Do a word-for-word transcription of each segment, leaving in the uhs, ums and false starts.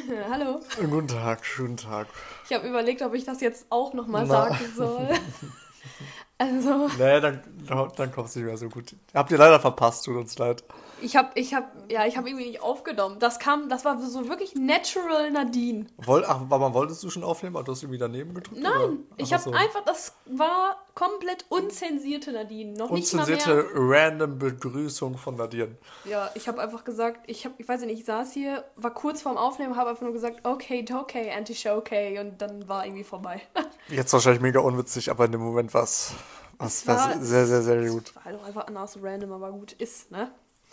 Hallo. Guten Tag, guten Tag. Ich habe überlegt, ob ich das jetzt auch nochmal sagen soll. Also. Nee, dann, dann kommt es nicht mehr so gut. Habt ihr leider verpasst, tut uns leid. Ich habe, ich habe, ja, ich habe irgendwie nicht aufgenommen. Das kam, das war so wirklich natural Nadine. Woll, ach, aber wolltest du schon aufnehmen? Aber du hast irgendwie daneben gedrückt? Nein, oder? ich habe so. einfach, das war komplett unzensierte Nadine. Noch nicht mal mehr. Unzensierte random Begrüßung von Nadine. Ja, ich habe einfach gesagt, ich habe, ich weiß nicht, ich saß hier, war kurz vorm Aufnehmen, habe einfach nur gesagt, okay, okay, Anti-Show, okay, und dann war irgendwie vorbei. Jetzt wahrscheinlich mega unwitzig, aber in dem Moment war es sehr, sehr, sehr, sehr gut. War halt auch einfach anders random, aber gut ist, ne?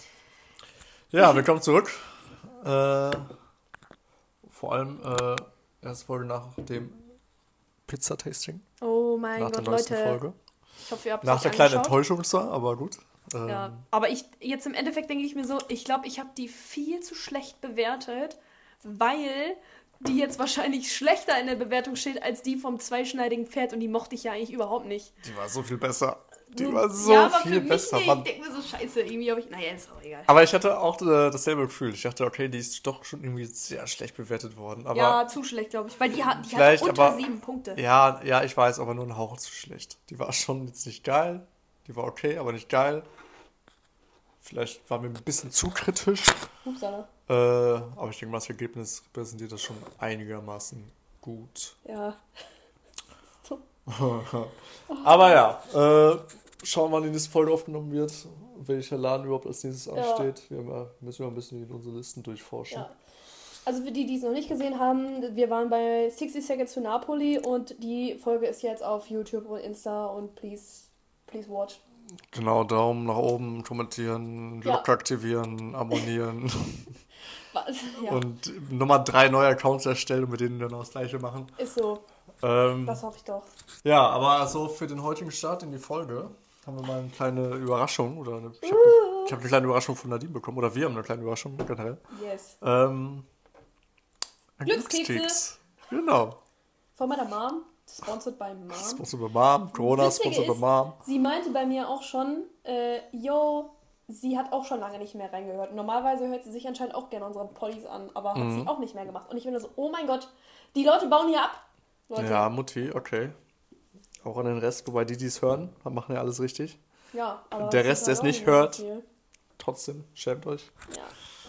Ja, willkommen zurück. Äh, vor allem äh, erste Folge nach dem Pizza-Tasting. Oh mein nach Gott, der neuesten Leute. Folge. Ich hoffe, ihr habt es Nach euch der kleinen angeschaut. Enttäuschung zwar, aber gut. Ähm, Ja, aber ich jetzt im Endeffekt denke ich mir so, ich glaube, ich habe die viel zu schlecht bewertet, weil die jetzt wahrscheinlich schlechter in der Bewertung steht als die vom zweischneidigen Pferd und die mochte ich ja eigentlich überhaupt nicht. Die war so viel besser. Die war so ja, aber viel für mich besser. nicht. Mann. Ich denke mir so, scheiße, irgendwie habe ich, naja, ist auch egal. Aber ich hatte auch äh, dasselbe Gefühl. Ich dachte, okay, die ist doch schon irgendwie sehr schlecht bewertet worden. Aber ja, zu schlecht, glaube ich, weil die hat, die hat vielleicht, unter aber- sieben Punkte. ja, ja, ich weiß, aber nur ein Hauch zu schlecht. Die war schon jetzt nicht geil. Die war okay, aber nicht geil. Vielleicht war mir ein bisschen zu kritisch. Upsala. Äh, aber ich denke mal, das Ergebnis repräsentiert das schon einigermaßen gut. Ja. So. Aber ja, äh, schauen wir, wann die nächste Folge aufgenommen wird. Welcher Laden überhaupt als nächstes Ja. ansteht. Wir haben ja- müssen wir ein bisschen in unsere Listen durchforschen. Ja. Also für die, die es noch nicht gesehen haben, wir waren bei sixty Seconds to Napoli und die Folge ist jetzt auf YouTube und Insta und please, please watch. Genau, Daumen nach oben, kommentieren, Ja. Glocke aktivieren, abonnieren Was? Ja, und Nummer drei neue Accounts erstellen und mit denen dann auch das gleiche machen. ist so. Ähm, Das hoffe ich doch. ja, aber so für den heutigen Start in die Folge haben wir mal eine kleine Überraschung. Oder eine, ich habe ich hab eine kleine Überraschung von Nadine bekommen. Oder wir haben eine kleine Überraschung generell. Yes. Ähm, ein Glückskekse. Glückskeks. Genau. Von meiner Mom, sponsored by Mom. Sponsor bei Mom, Corona, Witzige Sponsor bei ist, Mom. Sie meinte bei mir auch schon, äh, yo, sie hat auch schon lange nicht mehr reingehört. Normalerweise hört sie sich anscheinend auch gerne unsere Poddies an, aber hat Mhm. sie auch nicht mehr gemacht. Und ich bin da so, oh mein Gott, die Leute bauen hier ab. Leute. Ja, Mutti, okay. Auch an den Rest, wobei die, die es hören, machen ja alles richtig. Ja, aber Der das Rest, ist der es halt auch nicht mehr so hört. viel. Trotzdem, schämt euch. Ja.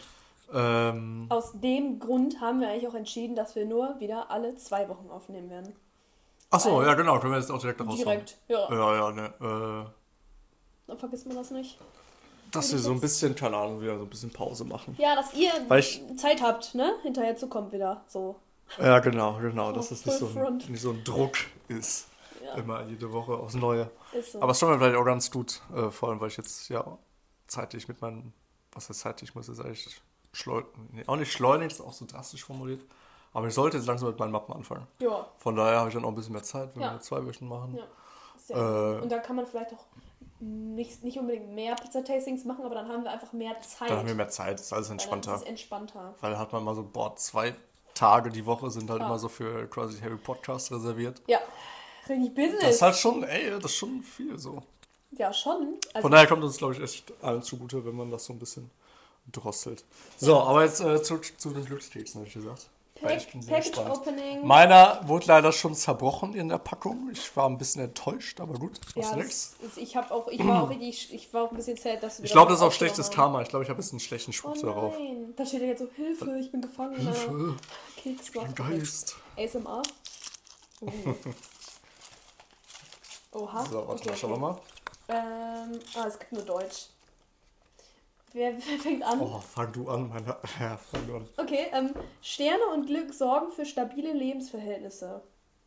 Ähm, Aus dem Grund haben wir eigentlich auch entschieden, dass wir nur wieder alle zwei Wochen aufnehmen werden. Achso, Weil- ja genau, können wir jetzt auch direkt daraus Direkt, ja. Ja, ja, ne. Äh, Dann vergisst man das nicht. dass wir so ein bisschen, keine Ahnung, wieder so ein bisschen Pause machen. Ja, dass ihr Weil ich- Zeit habt, ne? Hinterher zu kommen wieder. So. Ja, genau, genau, dass Oh, es nicht so, full ein, front. nicht so ein Druck ist. Ja, Immer jede Woche aufs Neue. ist so. Aber es tut mir vielleicht auch ganz gut, äh, vor allem, weil ich jetzt ja zeitlich mit meinen, was heißt zeitlich, ich muss jetzt eigentlich schleunigen, nee, auch nicht schleunig, ist auch so drastisch formuliert, aber ich sollte jetzt langsam mit meinen Mappen anfangen. Ja, Von daher habe ich dann auch ein bisschen mehr Zeit, wenn Ja. wir zwei Wöchen machen. Ja. ist ja Äh, Und da kann man vielleicht auch nicht, nicht unbedingt mehr Pizza-Tastings machen, aber dann haben wir einfach mehr Zeit. Dann haben wir mehr Zeit, ist alles Weil dann entspannter. ist es entspannter. Weil dann hat man mal so, boah, zwei Tage die Woche sind halt Ja. immer so für quasi Harry Podcast reserviert. Ja, richtig Business. Das ist halt schon, ey, das ist schon viel so. ja, schon. Also, Von daher kommt uns, glaube ich, echt allen zugute, wenn man das so ein bisschen drosselt. So, aber jetzt äh, zurück zu den Glückskeksen, habe ich gesagt. Weil ich Pack, bin sehr Package gespannt. Opening. Meiner wurde leider schon zerbrochen in der Packung. Ich war ein bisschen enttäuscht, aber gut, was ja, nix. das ist, ich, hab auch, ich war auch richtig, ich war auch ein bisschen sad, dass wir Ich glaube, das ist auch aufgenommen schlechtes haben. Karma. Ich glaube, ich habe jetzt einen schlechten Oh Spruch darauf. nein, da steht ja jetzt so, Hilfe, ich bin gefangen. Hilfe, Keks ein Geist. A S M R. Uh. Oha. So, warte okay, mal, schauen wir okay. mal. Ähm, ah, es gibt nur Deutsch. Wer, wer fängt an? Oh, fang du an, meine. Ja, fang du an. Okay, ähm, Sterne und Glück sorgen für stabile Lebensverhältnisse.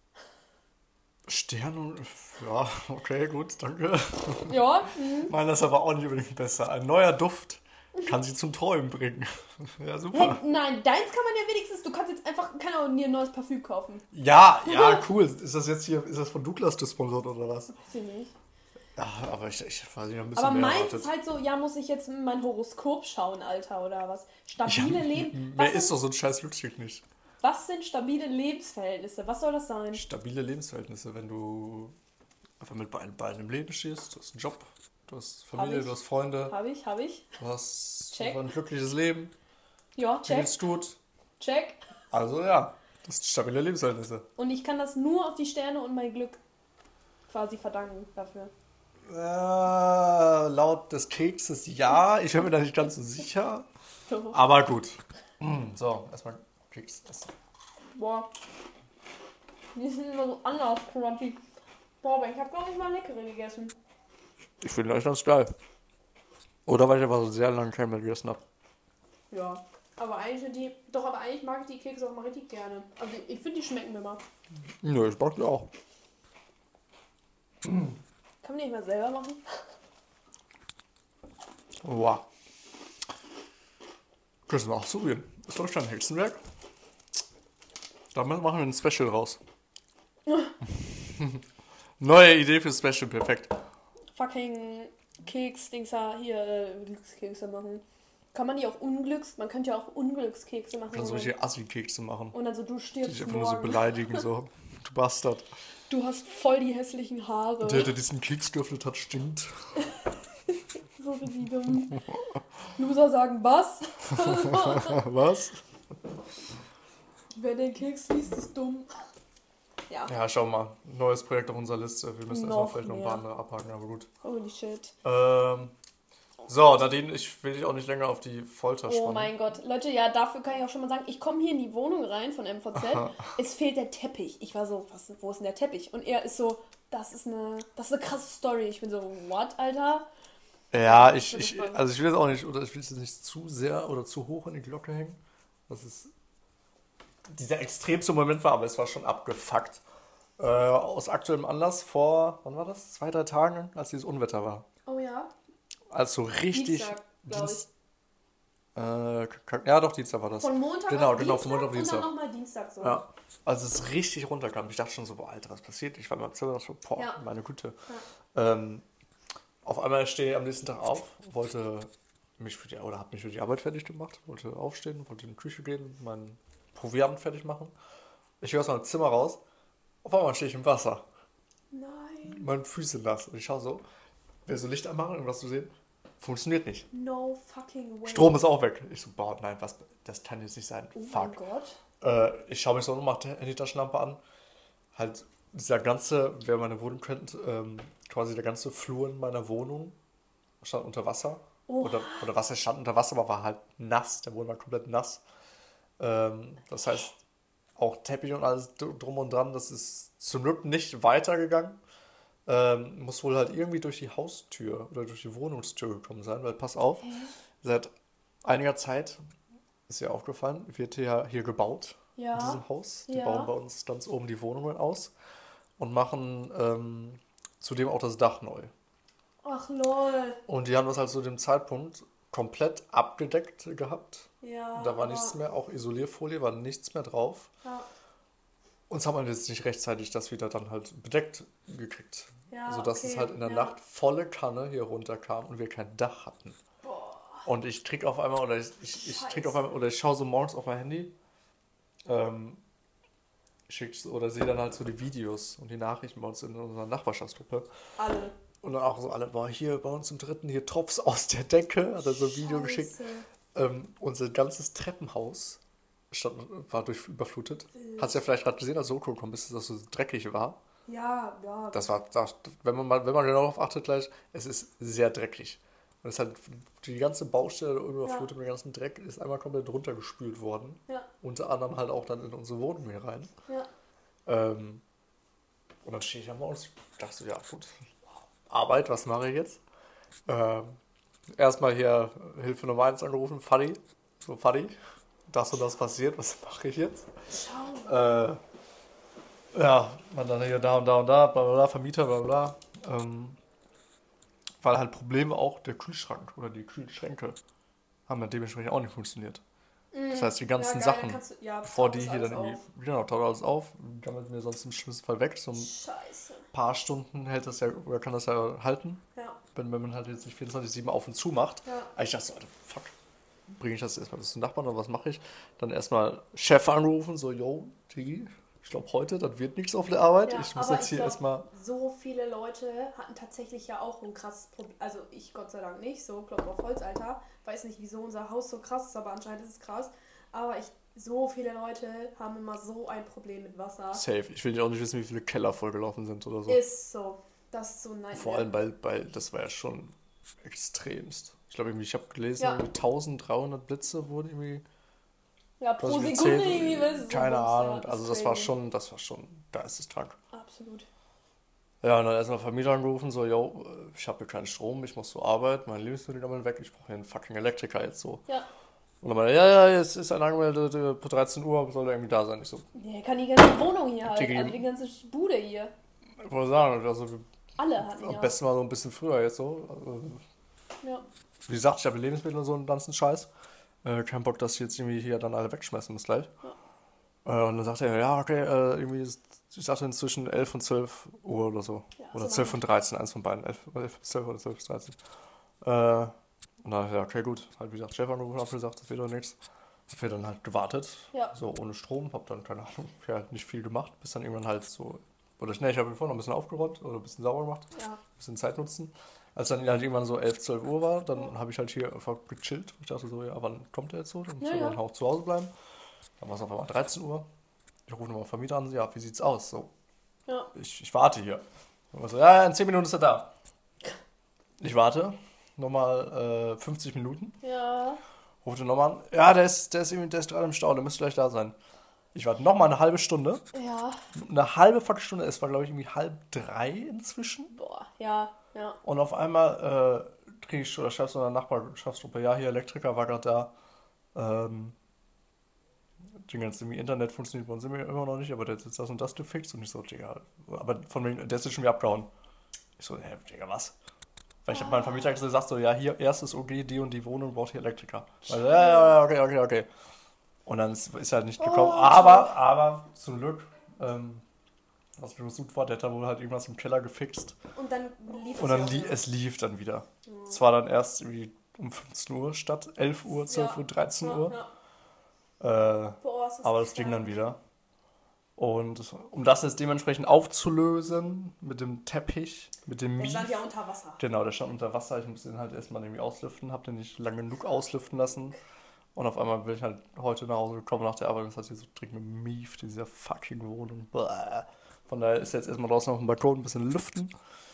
Sterne, ja, okay, gut, danke. Ja, mhm. Meiner ist aber auch nicht unbedingt besser. Ein neuer Duft kann sie zum Träumen bringen. Ja, Hey, super. nein, deins kann man ja wenigstens, du kannst jetzt einfach, keine Ahnung, dir ein neues Parfüm kaufen. Ja, ja, cool. Ist das jetzt hier, ist das von Douglas gesponsert oder was? Weiß ich nicht. Ja, aber ich, ich weiß nicht, ein bisschen Aber mehr meins erwartet. ist halt so, ja, muss ich jetzt mein Horoskop schauen, Alter, oder was? Stabile Ja, Leben. Wer Was, ist sind, doch so ein scheiß Glücksstück nicht? was sind stabile Lebensverhältnisse? Was soll das sein? Stabile Lebensverhältnisse, wenn du einfach mit beiden Beinen im Leben stehst, du hast einen Job, du hast Familie, ich. du hast Freunde, Hab ich, hab ich. du hast Check. einfach ein glückliches Leben, Ja, dir check, geht's gut, check. Also ja, das sind stabile Lebensverhältnisse. Und ich kann das nur auf die Sterne und mein Glück quasi verdanken dafür. Äh, laut des Kekses ja, ich bin mir da nicht ganz so sicher. So. Aber gut. So, erstmal Keks essen. Boah. Die sind immer so anders, crunchy. Boah, aber ich habe gar nicht mal leckere gegessen. Ich finde euch ganz geil. Oder weil ich einfach so sehr lange keinen mehr gegessen habe. Ja. Aber eigentlich sind die. Doch, aber eigentlich mag ich die Kekse auch mal richtig gerne. Also ich, ich finde, die schmecken mir mal. Nö, ich mag die auch. Kann man die nicht mal selber machen? Wow. Können wir auch ausprobieren. Ist doch schon ein Hexenwerk. Damit machen wir ein Special raus. Neue Idee für Special, perfekt. Fucking Keks-Dingser hier, äh, Glückskekse machen. Kann man die auch Unglücks... Man könnte ja auch Unglückskekse machen. Kannst du oder? solche Assi-Kekse machen. Und dann so, du Die stirbst dich einfach nur so morgen. beleidigen, so. Du Bastard. Du hast voll die hässlichen Haare. Der, der diesen Keks geöffnet hat, stinkt. So richtig dumm. Loser sagen was? Was? Wer den Keks liest, ist dumm. Ja. Ja, schau mal. Neues Projekt auf unserer Liste. Wir müssen erstmal Noch vielleicht noch ein mehr. paar andere abhaken, aber gut. Holy shit. Ähm, so, Nadine, ich will dich auch nicht länger auf die Folter Oh spannen. mein Gott. Leute, ja, dafür kann ich auch schon mal sagen, ich komme hier in die Wohnung rein von M V Z. Es fehlt der Teppich. Ich war so, was, wo ist denn der Teppich? Und er ist so, das ist eine, das ist eine krasse Story. Ich bin so, what, Alter? Ja, ich, bin ich, gespannt. also ich will jetzt auch nicht, oder ich will es jetzt nicht zu sehr oder zu hoch in die Glocke hängen. Das ist dieser extremste Moment war, aber es war schon abgefuckt. Äh, aus aktuellem Anlass vor, wann war das? Zwei, drei Tagen, als dieses Unwetter war. Oh ja? Als so richtig. Dienstag, glaub ich. Äh, k- ja, doch, Dienstag war das. Von Montag Genau, auf genau, Dienstag von Montag auf und Dienstag. dann nochmal Dienstag so. Ja, als es richtig runterkam. Ich dachte schon so, boah, Alter, was passiert? Ich war in meinem Zimmer so, boah, Ja. meine Güte. Ähm, auf einmal stehe ich am nächsten Tag auf, wollte mich für die, oder habe mich für die Arbeit fertig gemacht, wollte aufstehen, wollte in die Küche gehen, meinen Proviant fertig machen. Ich gehe aus meinem Zimmer raus, auf einmal stehe ich im Wasser, Nein. meine Füße nass und ich schaue so, will so Licht anmachen, um was zu sehen, funktioniert nicht. No fucking way. Strom ist auch weg. Ich so, boah, nein, was, das kann jetzt nicht sein. Oh Fuck. mein Gott. Äh, ich schaue mich so nochmal die Handytaschenlampe an. Halt, dieser ganze, wer meine Wohnung kennt, ähm, quasi der ganze Flur in meiner Wohnung stand unter Wasser. Oh. Oder, oder Wasser stand unter Wasser, aber war halt nass. Der Boden war komplett nass. Ähm, das heißt, auch Teppich und alles drum und dran, das ist zum Glück nicht weitergegangen. Ähm, muss wohl halt irgendwie durch die Haustür oder durch die Wohnungstür gekommen sein, weil pass auf, seit einiger Zeit ist ja aufgefallen, wird ja hier gebaut Ja. in diesem Haus. Die Ja. bauen bei uns ganz oben die Wohnungen aus und machen ähm, zudem auch das Dach neu. Ach lol. Und die haben das halt zu dem Zeitpunkt komplett abgedeckt gehabt. Ja. Da war aber- nichts mehr, auch Isolierfolie, war nichts mehr drauf. Ja. Uns haben wir jetzt nicht rechtzeitig das wieder dann halt bedeckt gekriegt. Ja, sodass okay, es halt in der ja. Nacht volle Kanne hier runterkam und wir kein Dach hatten. Boah. Und ich krieg auf einmal, oder ich, ich, ich krieg auf Scheiße. einmal, oder ich schaue so morgens auf mein Handy, ähm, schick, oder sehe dann halt so die Videos und die Nachrichten bei uns in unserer Nachbarschaftsgruppe. Alle. Und dann auch so alle, boah, hier bei uns im dritten, hier tropft's aus der Decke, hat er so ein Video geschickt. Scheiße. Ähm, unser ganzes Treppenhaus stand, war durch überflutet. Hast ja vielleicht gerade gesehen, als du hochgekommen bist, dass es so dreckig war. Ja, ja. Das war, das, wenn man mal, wenn man genau darauf achtet gleich, es ist sehr dreckig. Und es hat die ganze Baustelle überflutet mit dem ganzen Dreck, ist einmal komplett runtergespült worden. Ja. Unter anderem halt auch dann in unsere Wohnung hier rein. Ja. Ähm, und dann stehe ich am Morgen und dachte so, ja gut, Arbeit, was mache ich jetzt? Ähm, erstmal hier Hilfe Nummer eins angerufen, Fadi. So, Fadi, das und das passiert, was mache ich jetzt? Schau. Äh, ja, man dann hier da und da und da, bla bla bla, Vermieter, bla bla. Ähm, weil halt Probleme auch der Kühlschrank oder die Kühlschränke haben dann dementsprechend auch nicht funktioniert. Das heißt, die ganzen Ja, geil, Sachen, kannst du- ja, bevor taut die das hier alles dann irgendwie, auf. genau, taut alles auf, gammelt mir sonst im schlimmsten Fall weg. So ein Scheiße. paar Stunden hält das ja, oder kann das ja halten, Ja. wenn, wenn man halt jetzt nicht vierundzwanzig sieben auf und zu macht. Ja. Aber ich dachte so, Alter, fuck, bringe ich das erstmal bis zum Nachbarn oder was mache ich? Dann erstmal Chef angerufen, so, yo, Digi, ich glaube heute, das wird nichts auf der Arbeit. Ja, ich muss aber jetzt hier glaub, erstmal. So viele Leute hatten tatsächlich ja auch ein krasses Problem. Also ich Gott sei Dank nicht, so Klopf auf Holz, Alter. Weiß nicht, wieso unser Haus so krass ist, aber anscheinend ist es krass. Aber ich so viele Leute haben immer so ein Problem mit Wasser. Safe. Ich will auch nicht wissen, wie viele Keller vollgelaufen sind oder so. Ist so. Das ist so ein Vor allem, weil, weil das war ja schon extremst. Ich glaube, ich habe gelesen, Ja. irgendwie eintausenddreihundert Blitze wurden irgendwie. Ja, pro was ich Sekunde gezählt- irgendwie. weißt du, so Keine Bums, Ahnung. ja, Also ist das war crazy. schon, das war schon geisteskrank. Absolut. Ja, und dann erstmal Vermieter angerufen, so, yo, ich habe hier keinen Strom, ich muss zur Arbeit, meine Lebensmittel kommen weg, ich brauche hier einen fucking Elektriker jetzt so. Ja. Und dann meinte er, ja, ja, jetzt ist ein angemeldet, äh, dreizehn Uhr soll er irgendwie da sein. Ich so, Der kann die ganze Wohnung hier halt, Digi. also die ganze Bude hier. ich wollte sagen, also Alle hatten am ja. besten mal so ein bisschen früher jetzt so. Also, Ja. wie gesagt, ich habe Lebensmittel und so einen ganzen Scheiß. Äh, kein Bock, dass die jetzt irgendwie hier dann alle wegschmeißen muss gleich. Äh, und dann sagte er, ja, okay, äh, irgendwie, ist, ich sagte inzwischen elf und zwölf Uhr oder so. Ja, oder so zwölf und dreizehn, eins von beiden. elf, elf bis zwölf oder zwölf bis dreizehn. Äh, und dann, ja, okay, gut. Halt, wie gesagt, Chef angerufen, hab gesagt, das wird doch nichts. Hab wir dann halt gewartet, Ja. so ohne Strom, hab dann, keine Ahnung, ja, halt nicht viel gemacht, bis dann irgendwann halt so, oder schnell, ich habe vorhin noch ein bisschen aufgeräumt oder ein bisschen sauber gemacht, Ja. ein bisschen Zeit nutzen. Als dann halt irgendwann so elf, zwölf Uhr war, dann habe ich halt hier einfach gechillt. Ich dachte so, ja, wann kommt der jetzt so? Dann muss Ja, ich ja. dann auch zu Hause bleiben. Dann war es auf einmal dreizehn Uhr. Ich rufe nochmal Vermieter an, ja, wie sieht's aus? So, Ja. ich, ich warte hier. Und so, ja, ja, in zehn Minuten ist er da. Ich warte, nochmal äh, fünfzig Minuten. Ja. Rufte nochmal an, ja, der ist, der ist, irgendwie- der ist gerade im Stau, der müsste gleich da sein. Ich warte nochmal eine halbe Stunde. Ja. Eine halbe fucking Stunde, es war glaube ich irgendwie halb drei inzwischen. Boah. Ja. Ja. Und auf einmal äh, kriege ich oder schreibst du einer Nachbarschaftsgruppe, ja, hier Elektriker war gerade da. Ähm, den ganzen irgendwie Internet funktioniert bei uns immer immer noch nicht, aber der hat jetzt das und das gefixt. Und ich so, Digga, aber von wegen, der ist jetzt schon wieder abgehauen. Ich so, hä, Digga, was? Weil ich habe meinem Vermieter gesagt, so, ja, hier, erstes O G, die und die Wohnung braucht hier Elektriker. Also, ja, ja, ja, okay, okay, okay. Und dann ist, ist er halt nicht gekommen. Oh, aber, aber, zum Glück, ähm, was mir gut war, der hat da wohl halt irgendwas im Keller gefixt. Und dann lief Und es dann ja li auch es lief dann wieder. Mhm. Es war dann erst irgendwie um fünfzehn Uhr statt elf Uhr, zwölf Ja. Uhr, dreizehn Ja, Uhr. ja. Äh, Boah, ist das aber das ging dann wieder. Und um das jetzt dementsprechend aufzulösen, mit dem Teppich, mit dem Der Mief. stand ja unter Wasser. Genau, der stand unter Wasser. Ich musste den halt erstmal irgendwie auslüften, hab den nicht lange genug auslüften lassen. Und auf einmal bin ich halt heute nach Hause gekommen nach der Arbeit und es hat sich so dringend gemieft, diese fucking Wohnung. Bäh. Von daher ist jetzt erstmal draußen auf dem Balkon ein bisschen lüften.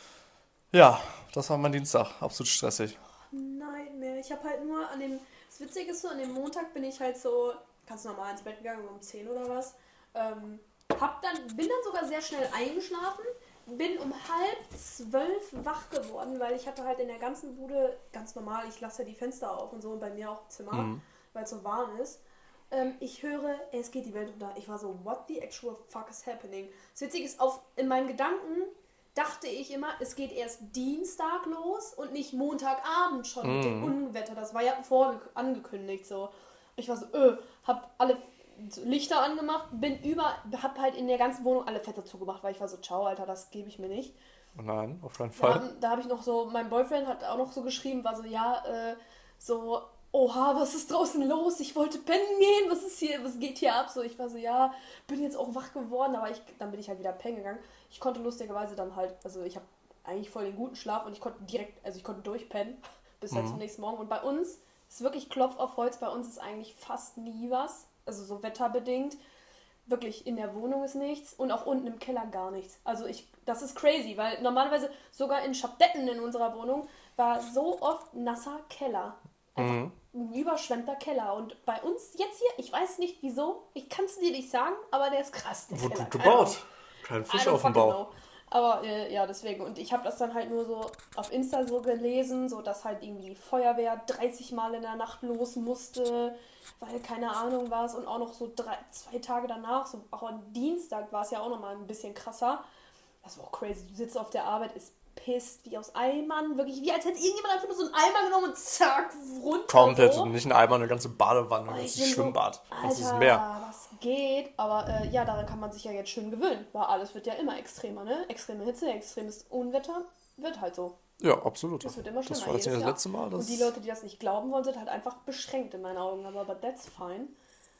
Ja, das war mein Dienstag. Absolut stressig. Nein, mehr. Ich habe halt nur an dem. Das Witzige ist so, an dem Montag bin ich halt so ganz normal ins Bett gegangen, um zehn oder was. Ähm, hab dann, bin dann sogar sehr schnell eingeschlafen. Bin um halb zwölf wach geworden, weil ich hatte halt in der ganzen Bude, ganz normal, ich lasse ja die Fenster auf und so und bei mir auch im Zimmer, Mhm. weil es so warm ist. Ähm, ich höre, es geht die Welt unter. Ich war so, what the actual fuck is happening? Das Witzige ist, auf, in meinen Gedanken dachte ich immer, es geht erst Dienstag los und nicht Montagabend schon mit dem Unwetter. Das war ja vorher angekündigt so. Ich war so, öh, hab alle Lichter angemacht, bin über, hab halt in der ganzen Wohnung alle Fenster zugemacht, weil ich war so, ciao, Alter, das gebe ich mir nicht. Nein, auf keinen Da, Fall. haben- da habe ich noch so, mein Boyfriend hat auch noch so geschrieben, war so, ja, äh, so, oha, was ist draußen los? Ich wollte pennen gehen, was ist hier, was geht hier ab? So, ich war so, ja, bin jetzt auch wach geworden, aber ich, dann bin ich halt wieder pennen gegangen. Ich konnte lustigerweise dann halt, also ich habe eigentlich voll den guten Schlaf und ich konnte direkt, also ich konnte durchpennen bis halt zum nächsten Morgen. Und bei uns ist wirklich Klopf auf Holz, bei uns ist eigentlich fast nie was, also so wetterbedingt. Wirklich, in der Wohnung ist nichts und auch unten im Keller gar nichts. Also ich, das ist crazy, weil normalerweise sogar in Schabdetten in unserer Wohnung war so oft nasser Keller. Einfach ein überschwemmter Keller. Und bei uns jetzt hier, ich weiß nicht wieso, ich kann es dir nicht sagen, aber der ist krass. Der Wurde Keller. gut Keine Ahnung. gebaut. Kein I Fisch don't auf dem fucking Bauch. know. Aber äh, ja, deswegen. Und ich habe das dann halt nur so auf Insta so gelesen, so dass halt irgendwie die Feuerwehr dreißig Mal in der Nacht los musste, weil keine Ahnung was. Und auch noch so drei, zwei Tage danach, so auch am Dienstag war es ja auch nochmal ein bisschen krasser. Das war auch crazy. Du sitzt auf der Arbeit, ist pisst wie aus Eimern. Wirklich wie als hätte irgendjemand einfach nur so einen Eimer genommen und zack, runter. Komplett, so. und nicht ein Eimer, eine ganze Badewanne, ein Ich ganzes bin so, Schwimmbad, ein ganzes Alter, Meer. was geht? Aber äh, ja, daran kann man sich ja jetzt schön gewöhnen, weil alles wird ja immer extremer, ne? Extreme Hitze, extremes Unwetter, wird halt so. Ja, absolut. Das wird immer schlimmer. Das war jetzt nicht jedes das Jahr. letzte Mal. Das Und die Leute, die das nicht glauben wollen, sind halt einfach beschränkt in meinen Augen. Aber, aber that's fine.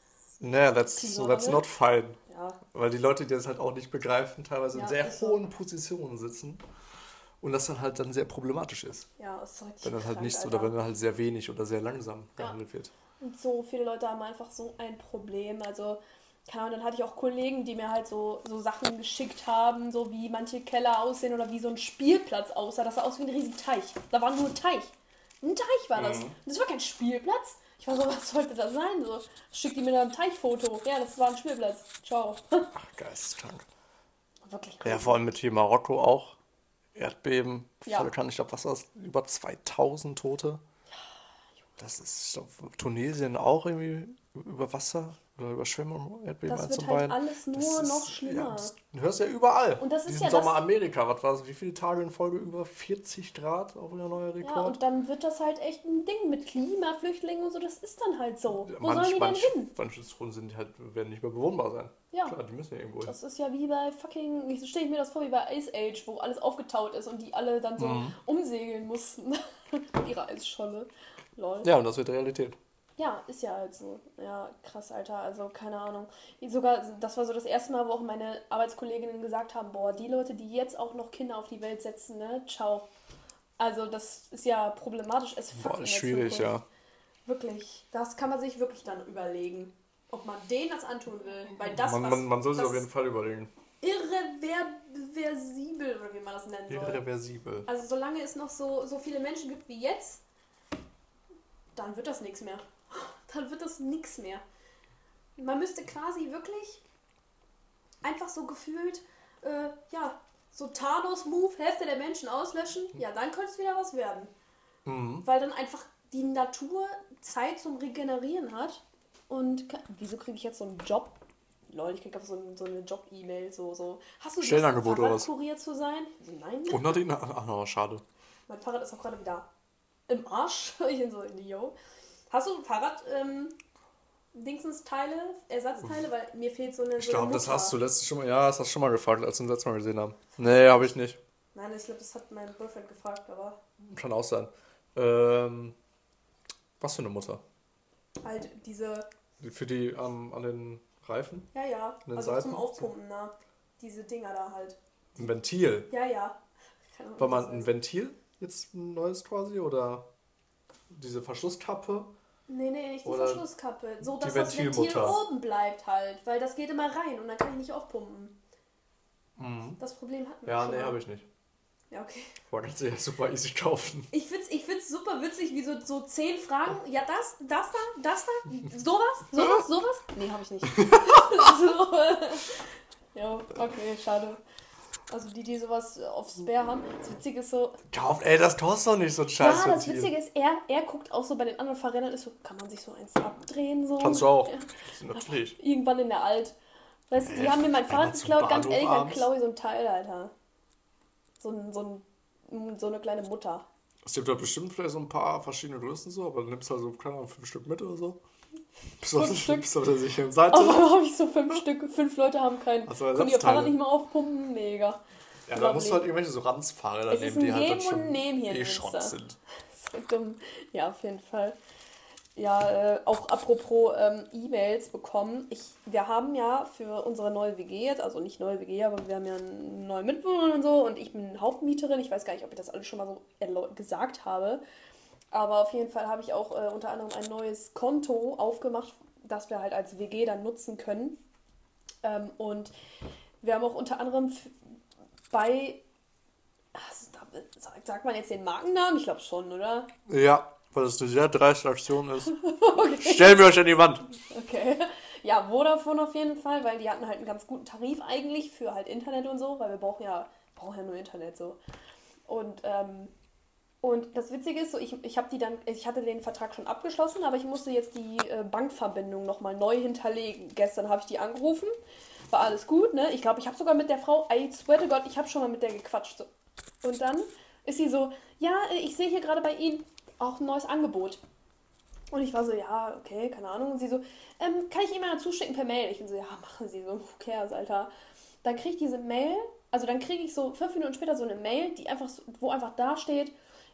Nee, that's, Klimawandel. that's not fine. Ja, Weil die Leute, die das halt auch nicht begreifen, teilweise Ja, in sehr ist so. hohen Positionen sitzen. Und das dann halt dann sehr problematisch ist. ja, ist richtig Wenn dann halt krank, nichts Alter. oder wenn dann halt sehr wenig oder sehr langsam Ja. gehandelt wird. Und so viele Leute haben einfach so ein Problem. Also, keine Ahnung, dann hatte ich auch Kollegen, die mir halt so, so Sachen geschickt haben, so wie manche Keller aussehen oder wie so ein Spielplatz aussah. Das sah aus wie ein riesen Teich. Da war nur ein Teich. Ein Teich war das. Mhm. Und das war kein Spielplatz. Ich war so, was sollte das sein? So, schickt die mir da ein Teichfoto. Ja, das war ein Spielplatz. Ciao. Ach, geisteskrank. Wirklich Ja, crazy. vor allem mit hier Marokko auch. Erdbeben, Ja. Vulkan, ich glaube, was war das? Über zweitausend Tote. Das ist, ich glaube, Tunesien auch irgendwie über Wasser oder Überschwemmung, Erdbeben, Das eins wird und halt beiden. alles nur Das ist, noch schlimmer. Ja, das, du hörst ja überall. Und das ist Diesen ja Sommer das- Amerika, was war das? Wie viele Tage in Folge? Über vierzig Grad, auch wieder neuer Ja, Rekord. und dann wird das halt echt ein Ding mit Klimaflüchtlingen und so. Das ist dann halt so. Wo manch, sollen die manch, denn hin? manche Zonen sind halt, werden nicht mehr bewohnbar sein. Ja. Klar, die müssen ja irgendwo hin. Das ist ja wie bei fucking, wie stelle ich mir das vor, wie bei Ice Age, wo alles aufgetaut ist und die alle dann so Mhm. umsegeln mussten. Mit ihrer Eisscholle. Lol. Ja, und das wird Realität. Ja, ist ja halt so. Ja, krass, Alter. Also, keine Ahnung. Sogar, das war so das erste Mal, wo auch meine Arbeitskolleginnen gesagt haben, boah, die Leute, die jetzt auch noch Kinder auf die Welt setzen, ne, ciao. Also, das ist ja problematisch. Es fuck Boah, in ist der schwierig, Zukunft. ja. Wirklich. Das kann man sich wirklich dann überlegen, ob man denen das antun will. Weil das, Man, was, man, man soll sich das auf jeden Fall überlegen. irreversibel, oder wie man das nennen soll. Irreversibel. Also solange es noch so, so viele Menschen gibt wie jetzt, dann wird das nichts mehr. Dann wird das nichts mehr. Man müsste quasi wirklich einfach so gefühlt, äh, ja, so Thanos-Move, Hälfte der Menschen auslöschen, ja, dann könnte es wieder was werden. Mhm. Weil dann einfach die Natur Zeit zum Regenerieren hat. Und ka- wieso kriege ich jetzt so einen Job? Lol, ich kriege einfach so, ein, so eine Job-E-Mail, so, so. Hast du Lust, Stellenangebot oder was? Fahrradkurier zu sein? Nein. Und Nadine, ach, no, schade. Mein Fahrrad ist auch gerade wieder im Arsch. Ich bin so, yo. Hast du Fahrrad, ähm, Dingsensteile, Ersatzteile? Weil mir fehlt so eine. Ich so eine glaube, das Mutter. hast du letztes schon mal, ja, das hast du schon mal gefragt, als wir uns letztes Mal gesehen haben. Nee, habe ich nicht. Nein, ich glaube, das hat mein Boyfriend gefragt, aber Kann auch sein. Ähm, was für eine Mutter? halt diese. Die- Für die ähm, an den Reifen? Ja, ja. den Also Seiten? zum Aufpumpen, na. Diese Dinger da halt. Ein Ventil. Ja, ja. Keine Ahnung, War was man das ein heißt. Ventil jetzt ein neues quasi oder diese Verschlusskappe? Nee, nee, nicht die Oder Verschlusskappe. So, die dass das Ventil Ventilmutter. oben bleibt halt. Weil das geht immer rein und dann kann ich nicht aufpumpen. Mhm. Das Problem hatten wir Ja, schon nee, mal. habe ich nicht. Ja, okay. War ganz sicher super easy kaufen. Ich find's, ich find's super witzig, wie so, so zehn Fragen. Ja, das, das da, das da, sowas, sowas, sowas. Nee, hab ich nicht. so. Ja, okay, schade. Also die, die sowas auf Spare haben. Das Witzige ist so, Kauf, ey, das kostet doch nicht so ein scheiß ja, das Ventil. Witzige ist, er, er guckt auch so bei den anderen Fahrrädern, ist so, kann man sich so eins abdrehen? So? Kannst du auch. Ja. Natürlich. Irgendwann in der Alt. Weißt du, die Äh, haben mir mein einmal Fahrrad zum geklaut, ganz Bahnhof ehrlich, dann abends. klaue ich so ein Teil, Alter. So, ein, so, ein, so eine kleine Mutter. Es gibt da bestimmt vielleicht so ein paar verschiedene Größen so, aber du nimmst halt so, keine Ahnung, fünf Stück mit oder so. Bist du auf, Fünf Stück? bist auf der sicheren Seite. Aber warum habe ich so fünf Stück? Fünf Leute haben keinen. Also Können ihr Ersatzteile. Fahrrad nicht mehr aufpumpen? Mega. Ja, da musst du halt irgendwelche so Ranzfahrräder Es ist nehmen, die ein halt Geben dann schon und Nehmen hier in eh Schrott Münster. sind. So dumm. Ja, auf jeden Fall. Ja, äh, auch apropos ähm, E-Mails bekommen. Ich, wir haben ja für unsere neue W G jetzt, also nicht neue W G, aber wir haben ja einen neuen Mitbewohner und so und ich bin Hauptmieterin. Ich weiß gar nicht, ob ich das alles schon mal so erläu- gesagt habe. Aber auf jeden Fall habe ich auch äh, unter anderem ein neues Konto aufgemacht, das wir halt als W G dann nutzen können. Ähm, und wir haben auch unter anderem f- bei, ach, sagt man jetzt den Markennamen? Ich glaube schon, oder? Ja, weil es eine sehr dreiste Aktion ist. Stellen wir euch an die Wand. Okay. Ja, Vodafone auf jeden Fall, weil die hatten halt einen ganz guten Tarif eigentlich für halt Internet und so, weil wir brauchen ja, brauchen ja nur Internet so. Und, ähm, und das Witzige ist, so, ich, ich habe die dann, ich hatte den Vertrag schon abgeschlossen, aber ich musste jetzt die äh, Bankverbindung nochmal neu hinterlegen. Gestern habe ich die angerufen, war alles gut, ne? Ich glaube, ich habe sogar mit der Frau, I swear to God, ich habe schon mal mit der gequatscht. So. Und dann ist sie so, ja, äh, ich sehe hier gerade bei Ihnen auch ein neues Angebot. Und ich war so, ja, okay, keine Ahnung. Und sie so, ähm, kann ich Ihnen mal zuschicken per Mail? Ich bin so, ja, machen Sie so, who cares, Alter. Dann kriege ich diese Mail, also dann kriege ich so fünf Minuten später so eine Mail, die einfach, so- wo einfach da steht,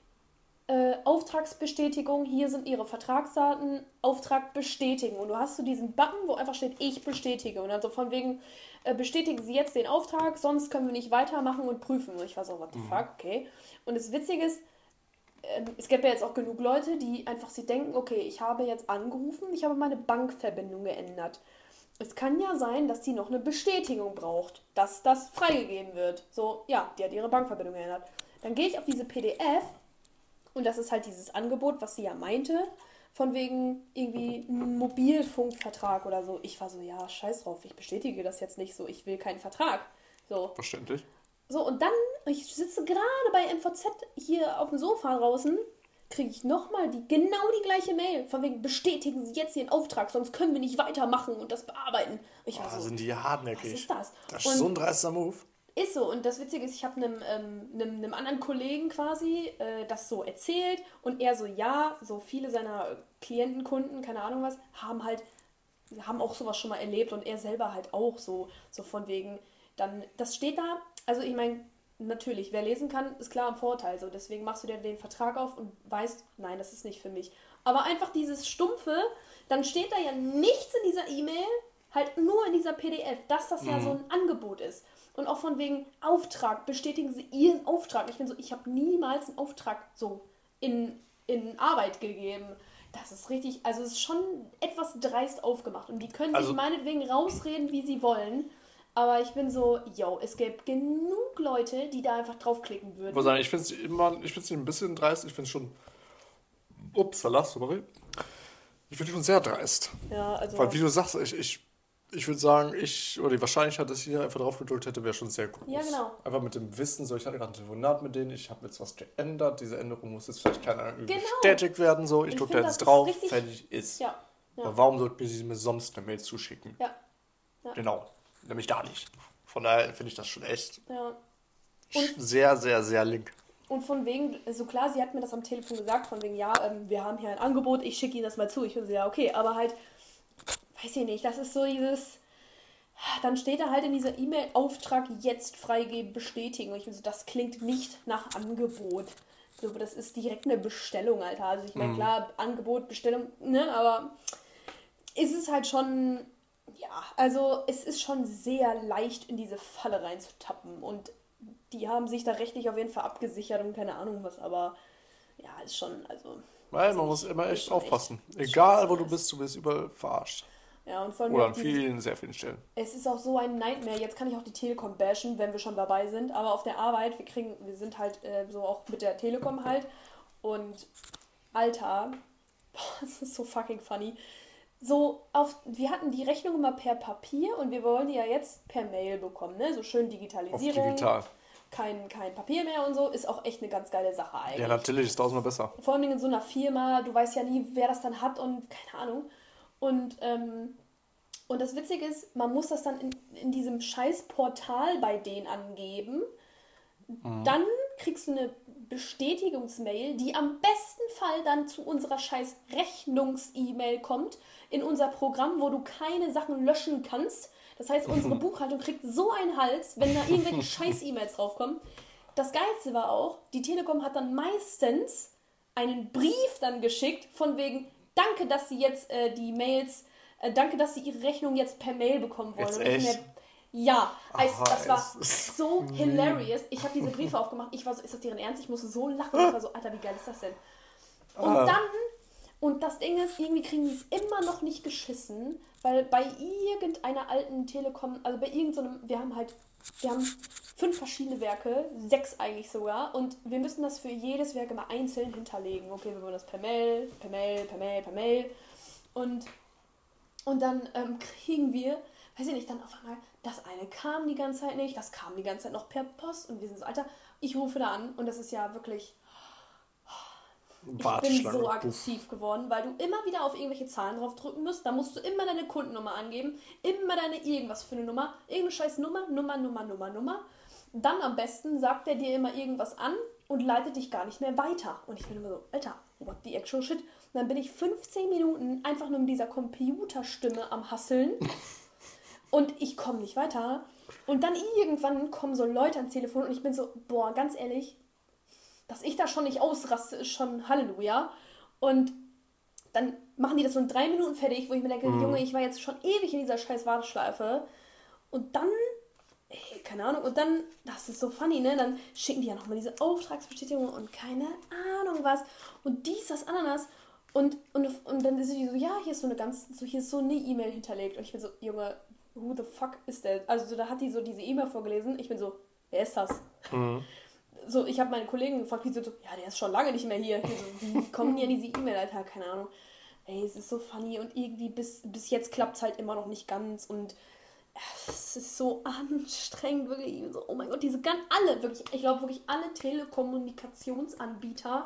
äh, Auftragsbestätigung, hier sind Ihre Vertragsdaten, Auftrag bestätigen. Und du hast so diesen Button, wo einfach steht, ich bestätige. Und dann so von wegen, äh, bestätigen Sie jetzt den Auftrag, sonst können wir nicht weitermachen und prüfen. Und ich war so, what the fuck, okay. Und das Witzige ist, ähm, es gibt ja jetzt auch genug Leute, die einfach sich denken, okay, ich habe jetzt angerufen, ich habe meine Bankverbindung geändert. Es kann ja sein, dass die noch eine Bestätigung braucht, dass das freigegeben wird. So, ja, die hat ihre Bankverbindung geändert. Dann gehe ich auf diese P D F und das ist halt dieses Angebot, was sie ja meinte, von wegen irgendwie ein Mobilfunkvertrag oder so. Ich war so, ja, scheiß drauf, ich bestätige das jetzt nicht so, ich will keinen Vertrag. So. Verständlich. So, und dann, ich sitze gerade bei M V Z hier auf dem Sofa draußen, kriege ich nochmal die, genau die gleiche Mail. Von wegen, bestätigen Sie jetzt Ihren Auftrag, sonst können wir nicht weitermachen und das bearbeiten. Ich war Oh, so, sind die hartnäckig. was ist das? Das ist Und so ein dreister Move. ist so. Und das Witzige ist, ich habe einem, ähm, einem, einem anderen Kollegen quasi äh, das so erzählt und er so, ja, so viele seiner Klienten, Kunden, keine Ahnung was, haben halt, haben auch sowas schon mal erlebt und er selber halt auch so, so von wegen, dann, das steht da, also ich meine, natürlich, wer lesen kann, ist klar ein Vorteil. So, deswegen machst du dir den Vertrag auf und weißt, nein, das ist nicht für mich. Aber einfach dieses Stumpfe, dann steht da ja nichts in dieser E-Mail, halt nur in dieser P D F, dass das ja so ein Angebot ist. Und auch von wegen Auftrag, bestätigen Sie Ihren Auftrag. Ich bin so, ich habe niemals einen Auftrag so in, in Arbeit gegeben. Das ist richtig, also es ist schon etwas dreist aufgemacht. Und die können Also- sich meinetwegen rausreden, wie sie wollen. Aber ich bin so, yo, es gibt genug Leute, die da einfach draufklicken würden. Ich muss sagen, ich finde es immer, ich finde es ein bisschen dreist. Ich finde es schon, upsala, sorry. Ich finde es schon sehr dreist. Ja, also. Weil, wie du sagst, ich, ich, ich würde sagen, ich, oder die Wahrscheinlichkeit, dass ich hier einfach drauf gedrückt hätte, wäre schon sehr groß. Ja, genau. Einfach mit dem Wissen, so, ich hatte gerade ein Telefonat mit denen, ich habe jetzt was geändert, diese Änderung muss jetzt vielleicht keiner irgendwie Genau. bestätigt werden, so, ich Ich drücke find, da das jetzt ist drauf, richtig- fertig ist. Ja. Ja. Aber warum sollte mir sie mir sonst eine Mail zuschicken? Ja. Ja. Genau, nämlich da nicht. Von daher finde ich das schon echt Ja. sch- sehr, sehr, sehr link. Und von wegen, so klar, sie hat mir das am Telefon gesagt, von wegen, ja, ähm, wir haben hier ein Angebot, ich schicke Ihnen das mal zu. Ich bin so, ja, okay, aber halt, weiß ich nicht, das ist so dieses, dann steht da halt in dieser E-Mail, Auftrag jetzt freigeben, bestätigen. Und ich bin so, das klingt nicht nach Angebot. So, das ist direkt eine Bestellung, Alter. Also ich meine, klar, Angebot, Bestellung, ne, aber ist es halt schon, ja, also es ist schon sehr leicht, in diese Falle reinzutappen. Und die haben sich da rechtlich auf jeden Fall abgesichert und keine Ahnung was, aber ja, ist schon, also. Weil man muss immer echt aufpassen. Egal, wo du bist, du wirst überall verarscht. Ja, und vor allem Oder auch an die- vielen, sehr vielen Stellen. es ist auch so ein Nightmare. Jetzt kann ich auch die Telekom bashen, wenn wir schon dabei sind. Aber auf der Arbeit, wir kriegen, wir sind halt äh, so auch mit der Telekom halt. Und Alter, boah, das ist so fucking funny. So, auf, wir hatten die Rechnung immer per Papier und wir wollen die ja jetzt per Mail bekommen, ne? So schön Auf Digitalisierung. digital. Kein, kein Papier mehr und so. Ist auch echt eine ganz geile Sache eigentlich. Ja, natürlich, ist tausendmal besser. Vor allem in so einer Firma, du weißt ja nie, wer das dann hat und keine Ahnung. Und, ähm, und das Witzige ist, man muss das dann in, in diesem scheiß Portal bei denen angeben. Dann kriegst du eine Bestätigungsmail, die am besten Fall dann zu unserer scheiß Rechnungs-E-Mail kommt, in unser Programm, wo du keine Sachen löschen kannst. Das heißt, unsere Buchhaltung kriegt so einen Hals, wenn da irgendwelche scheiß E-Mails draufkommen. Das Geilste war auch, die Telekom hat dann meistens einen Brief dann geschickt, von wegen, danke, dass sie jetzt äh, die Mails, äh, danke, dass sie ihre Rechnung jetzt per Mail bekommen wollen. Jetzt Und ich echt? mir, ja, es, Aha, das war es ist- so hilarious. Ich habe diese Briefe aufgemacht, ich war so, ist das deren Ernst? Ich musste so lachen. Ich war so, Alter, wie geil ist das denn? Und Ah. dann, und das Ding ist, irgendwie kriegen die es immer noch nicht geschissen, weil bei irgendeiner alten Telekom, also bei irgendeinem, wir haben halt, wir haben fünf verschiedene Werke, sechs eigentlich sogar, und wir müssen das für jedes Werk immer einzeln hinterlegen. Okay, wir wollen das per Mail, per Mail, per Mail, per Mail. Und, und dann ähm, kriegen wir, weiß ich nicht, dann auf einmal, das eine kam die ganze Zeit nicht, das kam die ganze Zeit noch per Post und wir sind so, Alter, ich rufe da an und das ist ja wirklich, ich bin Warteschlange. so Puff. aggressiv geworden, weil du immer wieder auf irgendwelche Zahlen drauf drücken musst. Da musst du immer deine Kundennummer angeben, immer deine irgendwas für eine Nummer, irgendeine scheiß Nummer, Nummer, Nummer, Nummer, Nummer. Dann am besten sagt er dir immer irgendwas an und leitet dich gar nicht mehr weiter. Und ich bin immer so, Alter, what the actual shit? Und dann bin ich fünfzehn Minuten einfach nur mit dieser Computerstimme am Hasseln und ich komme nicht weiter. Und dann irgendwann kommen so Leute ans Telefon und ich bin so, boah, ganz ehrlich, dass ich da schon nicht ausraste, ist schon Halleluja. Und dann machen die das so in drei Minuten fertig, wo ich mir denke, Junge, ich war jetzt schon ewig in dieser scheiß Warteschleife. Und dann ey, keine Ahnung. Und dann, das ist so funny, ne? Dann schicken die ja nochmal diese Auftragsbestätigung und keine Ahnung was. Und dies, das, Ananas. Und, und, und dann ist sie so, ja, hier ist so eine ganz, so hier ist so eine E-Mail hinterlegt. Und ich bin so, Junge, who the fuck ist der? Also so, da hat die so diese E-Mail vorgelesen. Ich bin so, wer ist das? Mhm. So, ich habe meine Kollegen gefragt, die so, ja, der ist schon lange nicht mehr hier. Ich so, wie kommen die an diese E-Mail, Alter? Keine Ahnung. Ey, es ist so funny und irgendwie bis, bis jetzt klappt es halt immer noch nicht ganz und es ist so anstrengend, wirklich. So, oh mein Gott, diese ganz, alle, wirklich, ich glaube wirklich alle Telekommunikationsanbieter